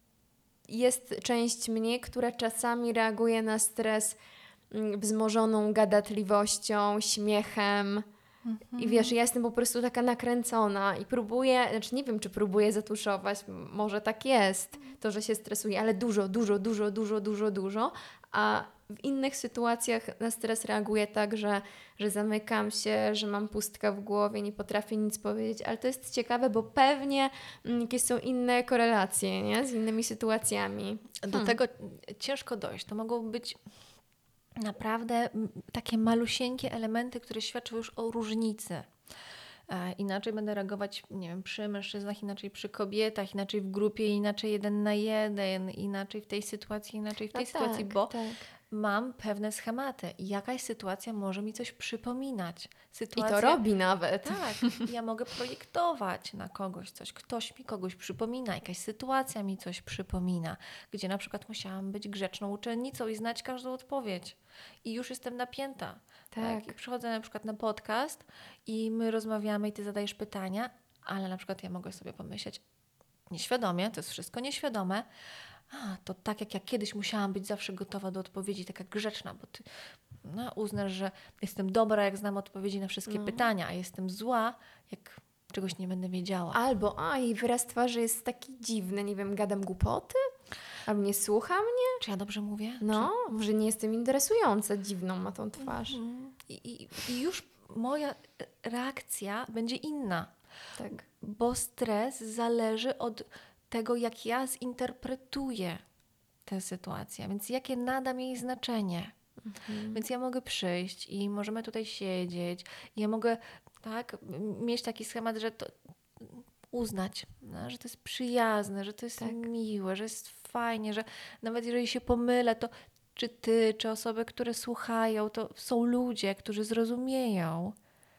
jest część mnie, która czasami reaguje na stres mm, wzmożoną gadatliwością, śmiechem. I wiesz, ja jestem po prostu taka nakręcona i próbuję, znaczy nie wiem, czy próbuję zatuszować, m- może tak jest, to, że się stresuję, ale dużo, dużo, dużo, dużo, dużo, dużo, a w innych sytuacjach na stres reaguję tak, że, że zamykam się, że mam pustkę w głowie, nie potrafię nic powiedzieć, ale to jest ciekawe, bo pewnie mm, jakieś są inne korelacje, nie? Z innymi sytuacjami. Do Hmm. tego ciężko dojść. To mogą być naprawdę m, takie malusieńkie elementy, które świadczą już o różnicy. E, inaczej będę reagować, nie wiem, przy mężczyznach, inaczej przy kobietach, inaczej w grupie, inaczej jeden na jeden, inaczej w tej sytuacji, inaczej w tej No sytuacji, tak, bo tak. mam pewne schematy. Jakaś sytuacja może mi coś przypominać. I Sytuacja, to robi nawet. tak, ja mogę projektować na kogoś coś, ktoś mi kogoś przypomina, jakaś sytuacja mi coś przypomina, gdzie na przykład musiałam być grzeczną uczennicą i znać każdą odpowiedź i już jestem napięta. Tak. I przychodzę na przykład na podcast i my rozmawiamy i Ty zadajesz pytania, ale na przykład ja mogę sobie pomyśleć nieświadomie, to jest wszystko nieświadome, a, to tak jak ja kiedyś musiałam być zawsze gotowa do odpowiedzi, taka grzeczna, bo Ty no, uznasz, że jestem dobra, jak znam odpowiedzi na wszystkie No. pytania, a jestem zła, jak czegoś nie będę wiedziała. Albo, a jej wyraz twarzy jest taki dziwny, nie wiem, gadam głupoty? Albo nie słucha mnie? Czy ja dobrze mówię? No, może nie jestem interesująca, dziwną ma tą twarz. Czy... I, i, I już moja reakcja będzie inna, Tak. bo stres zależy od tego, jak ja zinterpretuję tę sytuację, więc jakie nadam jej znaczenie. Mhm. Więc ja mogę przyjść i możemy tutaj siedzieć. I ja mogę tak mieć taki schemat, że to uznać, no, że to jest przyjazne, że to jest Tak. miłe, że jest fajnie, że nawet jeżeli się pomylę, to czy ty, czy osoby, które słuchają, to są ludzie, którzy zrozumieją.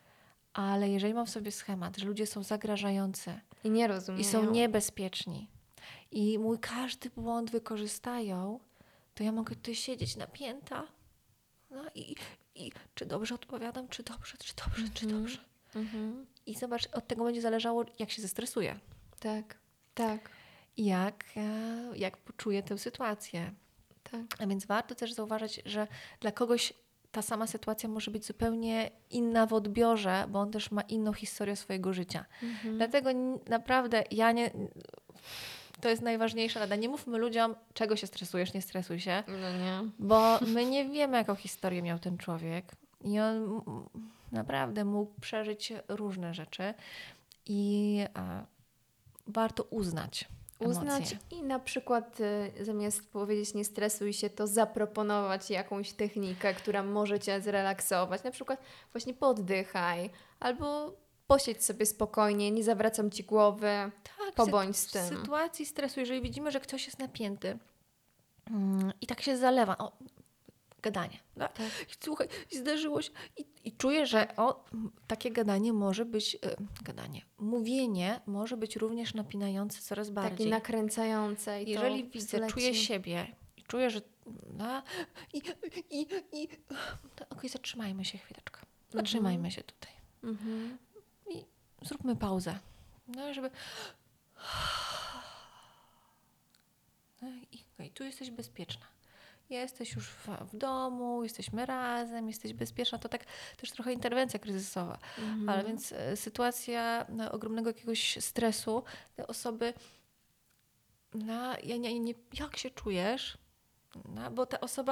Ale jeżeli mam w sobie schemat, że ludzie są zagrażający I nie rozumiem. i są niebezpieczni i mój każdy błąd wykorzystają, to ja mogę tutaj siedzieć napięta. No i, i czy dobrze odpowiadam, czy dobrze, czy dobrze, czy Mhm. dobrze. Mhm. I zobacz, od tego będzie zależało, jak się zestresuję. Tak, tak, I jak, e, jak poczuję tę sytuację. tak. A więc warto też zauważyć, że dla kogoś ta sama sytuacja może być zupełnie inna w odbiorze, bo on też ma inną historię swojego życia. Mhm. Dlatego n- naprawdę ja nie... To jest najważniejsza rada. Nie mówmy ludziom, czego się stresujesz, nie stresuj się, No nie. bo my nie wiemy, jaką historię miał ten człowiek. I on m- naprawdę mógł przeżyć różne rzeczy i a, warto uznać Uznać emocje. i na przykład y, zamiast powiedzieć nie stresuj się, to zaproponować jakąś technikę, która może Cię zrelaksować. Na przykład właśnie poddychaj albo posiedź sobie spokojnie, nie zawracam ci głowy, Tak, pobądź w z tym. W sytuacji stresu, jeżeli widzimy, że ktoś jest napięty mm, i tak się zalewa, o, gadanie, tak? Tak. Słuchaj, zdarzyło się i, i czuję, że o, m, takie gadanie może być, y, gadanie, mówienie może być również napinające coraz bardziej. Takie nakręcające. I Jeżeli to widzę, wzleci. czuję siebie i czuję, że no, i, i, i to, okej, zatrzymajmy się chwileczkę. Zatrzymajmy Mhm. się tutaj. Mhm. I zróbmy pauzę. No, żeby... No, i, no, i tu jesteś bezpieczna. Jesteś już w, w domu, jesteśmy razem, jesteś bezpieczna. To tak też trochę interwencja kryzysowa. Mhm. Ale więc e, sytuacja no, ogromnego jakiegoś stresu, te osoby, no, ja nie, nie, jak się czujesz? No, bo ta osoba...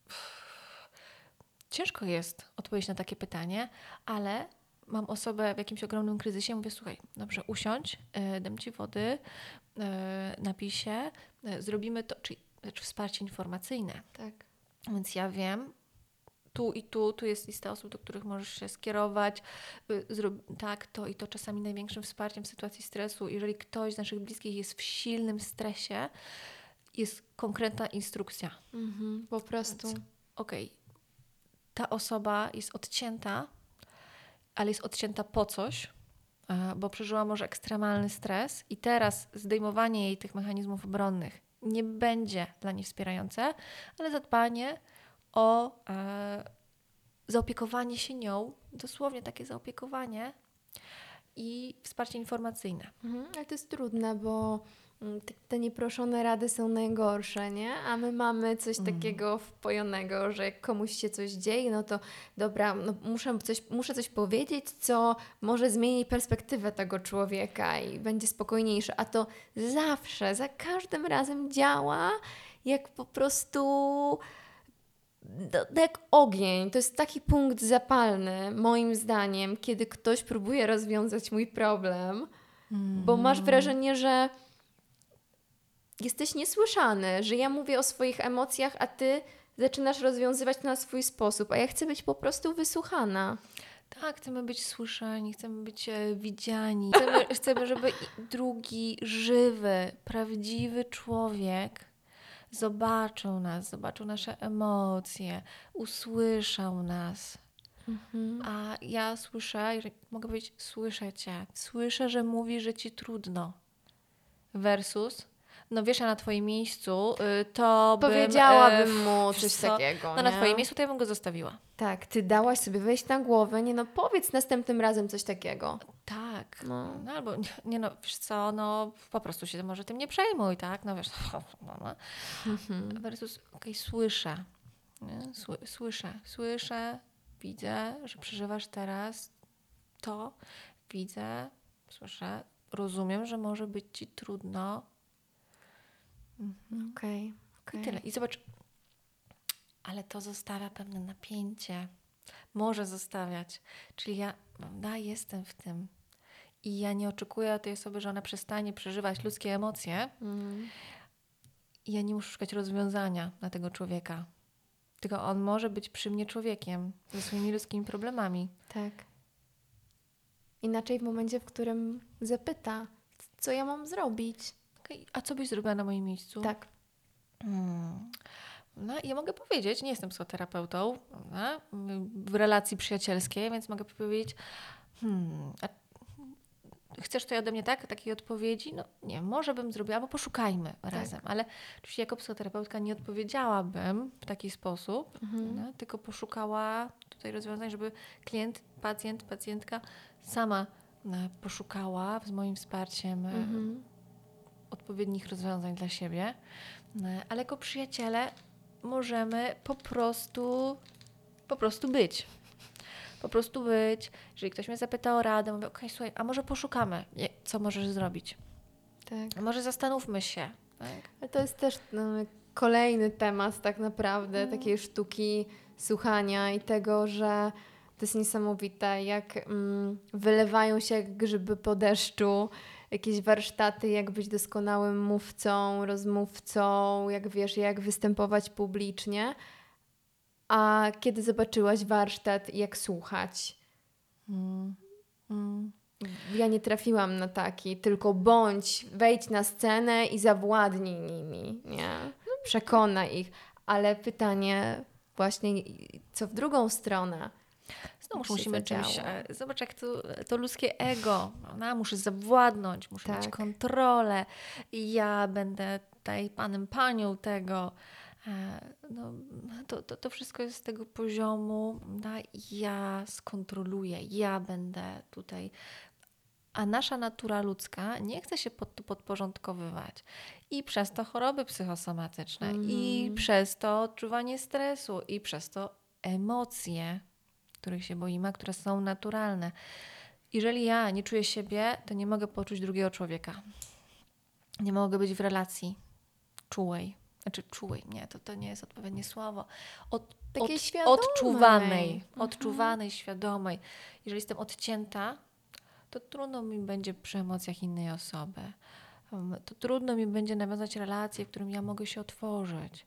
Ciężko jest odpowiedzieć na takie pytanie, ale mam osobę w jakimś ogromnym kryzysie, mówię, słuchaj, dobrze, usiądź, yy, dam ci wody, yy, napij się, yy, zrobimy to, czyli znaczy wsparcie informacyjne. Tak. Więc ja wiem, tu i tu, tu jest lista osób, do których możesz się skierować, yy, zrób tak, to i to. Czasami największym wsparciem w sytuacji stresu, jeżeli ktoś z naszych bliskich jest w silnym stresie, jest konkretna instrukcja. Mhm. Po prostu. Więc, okej, ta osoba jest odcięta, ale jest odcięta po coś, e, bo przeżyła może ekstremalny stres i teraz zdejmowanie jej tych mechanizmów obronnych nie będzie dla niej wspierające, ale zadbanie o e, zaopiekowanie się nią, dosłownie takie zaopiekowanie i wsparcie informacyjne. Mhm. Ale to jest trudne, bo mm, te, te nieproszone rady są najgorsze, nie? A my mamy coś Mm. takiego wpojonego, że jak komuś się coś dzieje, no to dobra, no muszę, coś, muszę coś powiedzieć, co może zmieni perspektywę tego człowieka i będzie spokojniejsze. A to zawsze, za każdym razem działa jak po prostu... To jak ogień, to jest taki punkt zapalny, moim zdaniem, kiedy ktoś próbuje rozwiązać mój problem, bo masz wrażenie, że jesteś niesłyszany, że ja mówię o swoich emocjach, a ty zaczynasz rozwiązywać to na swój sposób, a ja chcę być po prostu wysłuchana. Tak, chcemy być słyszani, chcemy być e, widziani. Chcemy, chcemy, żeby i- drugi, żywy, prawdziwy człowiek zobaczył nas, zobaczył nasze emocje, usłyszał nas. Mhm. A ja słyszę, jeżeli mogę powiedzieć, słyszę cię. Słyszę, że mówi, że ci trudno. Versus, no wiesz, ja na twoim miejscu, y, to bym... Powiedziałabym e, mu wiesz coś co, takiego, No na nie? twoim miejscu to ja bym go zostawiła. Tak, ty dałaś sobie wejść na głowę, nie no powiedz następnym razem coś takiego. Tak. No. No albo, nie, nie no, wiesz co, no po prostu się może tym nie przejmuj, tak? No wiesz, no, no. Mhm. Versus, okej, słyszę, nie? Sły, słyszę, słyszę, widzę, że przeżywasz teraz to, widzę, słyszę, rozumiem, że może być ci trudno. Mhm. Okej, okej. I tyle. I zobacz, ale to zostawia pewne napięcie. Może zostawiać. Czyli ja, prawda, jestem w tym. I ja nie oczekuję od tej osoby, że ona przestanie przeżywać ludzkie emocje. Mhm. I ja nie muszę szukać rozwiązania dla tego człowieka. Tylko on może być przy mnie człowiekiem ze swoimi ludzkimi problemami. Tak. Inaczej w momencie, w którym zapyta, co ja mam zrobić. Okej, a co byś zrobiła na moim miejscu? Tak. Hmm. No i ja mogę powiedzieć, nie jestem psychoterapeutą, prawda, w relacji przyjacielskiej, więc mogę powiedzieć, hmm, a chcesz to ode mnie tak, takiej odpowiedzi? No nie, może bym zrobiła, albo poszukajmy razem. Ale oczywiście jako psychoterapeutka nie odpowiedziałabym w taki sposób, Mhm. no, tylko poszukała tutaj rozwiązań, żeby klient, pacjent, pacjentka sama no, poszukała z moim wsparciem e, Mhm. odpowiednich rozwiązań dla siebie. No, ale jako przyjaciele możemy po prostu, po prostu być. Po prostu być. Jeżeli ktoś mnie zapyta o radę, mówię, okej, słuchaj, a może poszukamy, je- co możesz zrobić? Tak. A może zastanówmy się. Tak? Ale to jest też no, kolejny temat tak naprawdę, Mm. takiej sztuki słuchania i tego, że to jest niesamowite, jak mm, wylewają się jak grzyby po deszczu jakieś warsztaty, jak być doskonałym mówcą, rozmówcą, jak wiesz, jak występować publicznie. A kiedy zobaczyłaś warsztat, jak słuchać? Mm. Mm. ja nie trafiłam na taki, tylko bądź, wejdź na scenę i zawładnij nimi, nie? Przekonaj ich. Ale pytanie właśnie, co w drugą stronę? Znowuż się musimy zadziało. czymś... e, Zobacz, jak to, to ludzkie ego. No, muszę zawładnąć, muszę Tak. mieć kontrolę. I ja będę tutaj panem, panią tego. E, No, to, to, to wszystko jest z tego poziomu. No, ja skontroluję, ja będę tutaj... A nasza natura ludzka nie chce się pod to podporządkowywać. I przez to choroby psychosomatyczne, Mhm. i przez to odczuwanie stresu, i przez to emocje, których się boimy, a które są naturalne. Jeżeli ja nie czuję siebie, to nie mogę poczuć drugiego człowieka. Nie mogę być w relacji czułej. Znaczy czułej, nie, to, to nie jest odpowiednie słowo. Od, Takiej od, świadomej. odczuwanej, Mhm. odczuwanej, świadomej. Jeżeli jestem odcięta, to trudno mi będzie przy emocjach innej osoby. Um, To trudno mi będzie nawiązać relację, w którym ja mogę się otworzyć.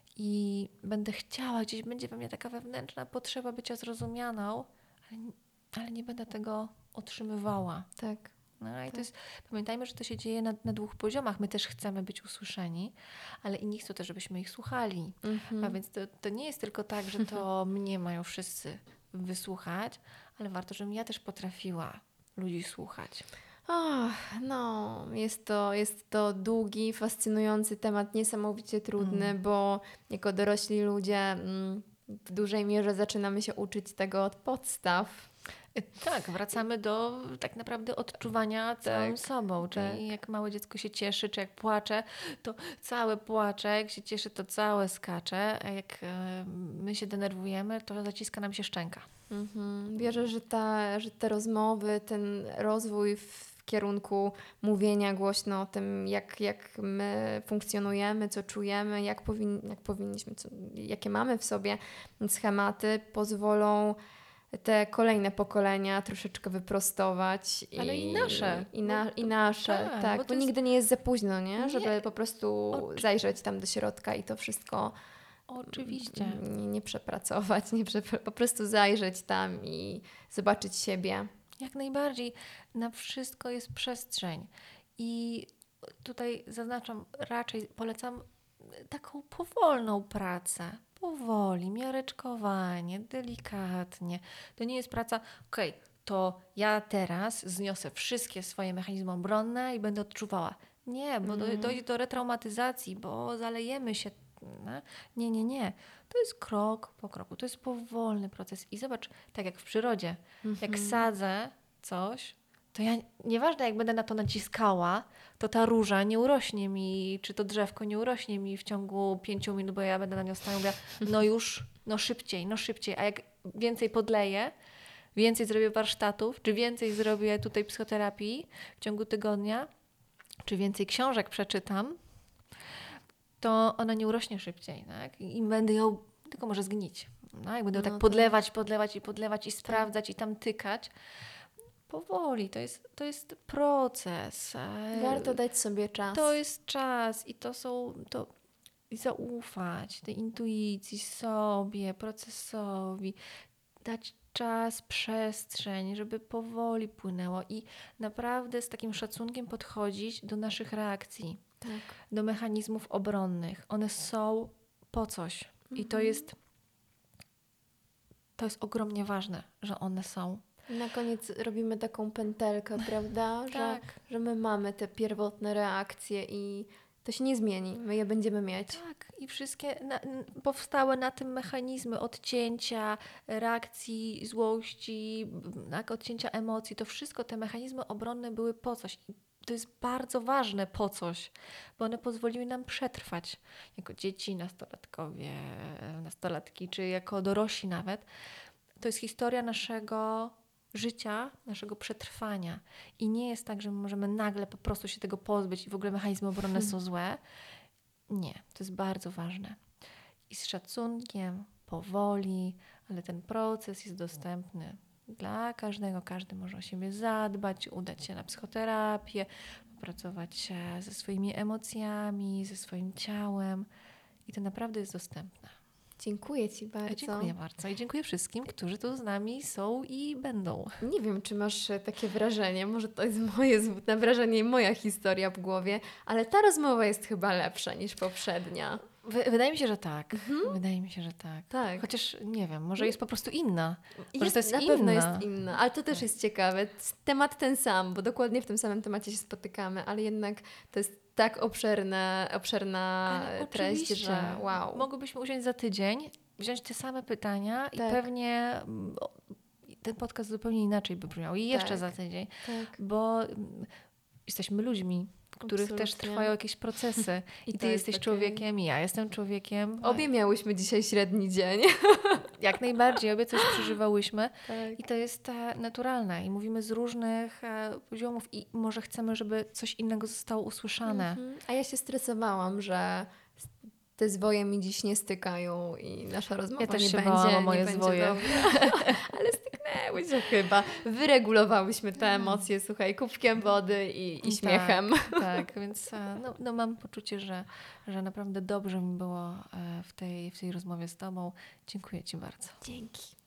I będę chciała, gdzieś będzie we mnie taka wewnętrzna potrzeba bycia zrozumianą, ale, ale nie będę tego otrzymywała. Tak. No i Tak. to jest, pamiętajmy, że to się dzieje na, na dwóch poziomach. My też chcemy być usłyszeni, ale inni chcą też, żebyśmy ich słuchali. Mhm. A więc to, to nie jest tylko tak, że to mnie mają wszyscy wysłuchać, ale warto, żebym ja też potrafiła ludzi słuchać. Och, no, jest to, jest to długi, fascynujący temat, niesamowicie trudny, Mm. bo jako dorośli ludzie mm, w dużej mierze zaczynamy się uczyć tego od podstaw. Y, Tak, wracamy do tak naprawdę odczuwania całym Tak, sobą. Czyli tak. jak małe dziecko się cieszy, czy jak płacze, to całe płacze, jak się cieszy, to całe skacze, a jak e, my się denerwujemy, to zaciska nam się szczęka. Mhm. Wierzę, że, ta, że te rozmowy, ten rozwój w kierunku mówienia głośno o tym, jak, jak my funkcjonujemy, co czujemy, jak, powin, jak powinniśmy, co, jakie mamy w sobie schematy, pozwolą te kolejne pokolenia troszeczkę wyprostować. Ale i nasze, I, na, bo- i nasze, tak, tak, bo bo, to jest- nigdy nie jest za późno, nie? Nie. Żeby po prostu Oczy- zajrzeć tam do środka i to wszystko Oczywiście. nie, nie przepracować, nie przepra- po prostu zajrzeć tam i zobaczyć siebie. Jak najbardziej. Na wszystko jest przestrzeń. I tutaj zaznaczam, raczej polecam taką powolną pracę. Powoli, miareczkowanie, delikatnie. To nie jest praca, okej, to ja teraz zniosę wszystkie swoje mechanizmy obronne i będę odczuwała. Nie, bo do, Mhm. dojdzie do retraumatyzacji, bo zalejemy się. No. Nie, nie, nie. To jest krok po kroku. To jest powolny proces. I zobacz, tak jak w przyrodzie, jak sadzę coś, to ja, nieważne jak będę na to naciskała, to ta róża nie urośnie mi, czy to drzewko nie urośnie mi w ciągu pięciu minut, bo ja będę na nią stała i mówiła, no już, no szybciej, no szybciej. A jak więcej podleję, więcej zrobię warsztatów, czy więcej zrobię tutaj psychoterapii w ciągu tygodnia, czy więcej książek przeczytam, to ona nie urośnie szybciej, tak? I będę ją, tylko może zgnić. No, jak będę ją No tak tak. podlewać, podlewać i podlewać i sprawdzać i tam tykać. Powoli, to jest, to jest proces. e, Warto dać sobie czas. To jest czas i to są, to i zaufać tej intuicji sobie, procesowi, dać czas, przestrzeń, żeby powoli płynęło i naprawdę z takim szacunkiem podchodzić do naszych reakcji, Tak. do mechanizmów obronnych. One są po coś i to Mhm. jest to jest ogromnie ważne, że one są. I na koniec robimy taką pętelkę, prawda? Że, Tak. że my mamy te pierwotne reakcje i to się nie zmieni. My je będziemy mieć. Tak, i wszystkie na, n- powstałe na tym mechanizmy odcięcia, reakcji, złości, b- tak, odcięcia emocji, to wszystko te mechanizmy obronne były po coś. I to jest bardzo ważne po coś, bo one pozwoliły nam przetrwać jako dzieci, nastolatkowie, nastolatki, czy jako dorośli nawet. To jest historia naszego życia, naszego przetrwania. I nie jest tak, że my możemy nagle po prostu się tego pozbyć i w ogóle mechanizmy obronne są złe. Nie, to jest bardzo ważne. I z szacunkiem, powoli, ale ten proces jest dostępny dla każdego. Każdy może o siebie zadbać, udać się na psychoterapię, pracować się ze swoimi emocjami, ze swoim ciałem. I to naprawdę jest dostępne. Dziękuję Ci bardzo. Dziękuję bardzo i dziękuję wszystkim, którzy tu z nami są i będą. Nie wiem, czy masz takie wrażenie, może to jest moje smutne wrażenie i moja historia w głowie, ale ta rozmowa jest chyba lepsza niż poprzednia. Wy- wydaje mi się, że tak. Mhm. Wydaje mi się, że tak. Tak. Chociaż nie wiem, może jest po prostu inna. Może Jest, to jest na inna. pewno jest inna, ale to też jest ciekawe. Temat ten sam, bo dokładnie w tym samym temacie się spotykamy, ale jednak to jest tak obszerne, obszerna Ale treść, oczywiście, że wow. Mogłybyśmy usiąść za tydzień, wziąć te same pytania i Tak. pewnie mm, o, ten podcast zupełnie inaczej by brzmiał. I jeszcze Tak. za tydzień. Tak. Bo mm, jesteśmy ludźmi, w których Absolutnie. też trwają jakieś procesy. I, I ty to jest jesteś okej. człowiekiem, i ja jestem człowiekiem. Obie miałyśmy dzisiaj średni dzień. Jak najbardziej, obie coś przeżywałyśmy. Tak. I to jest e, naturalne. I mówimy z różnych e, poziomów i może chcemy, żeby coś innego zostało usłyszane. Mhm. A ja się stresowałam, że te zwoje mi dziś nie stykają i nasza rozmowa Ja też nie się będzie, bałam o nie moje będzie zwoje. dobra. Ale styknęły się chyba. Wyregulowałyśmy te emocje, słuchaj, kubkiem wody i, i śmiechem. Tak, tak, więc e, no, no mam poczucie, że, że naprawdę dobrze mi było e, w tej, w tej rozmowie z Tobą. Dziękuję Ci bardzo. Dzięki.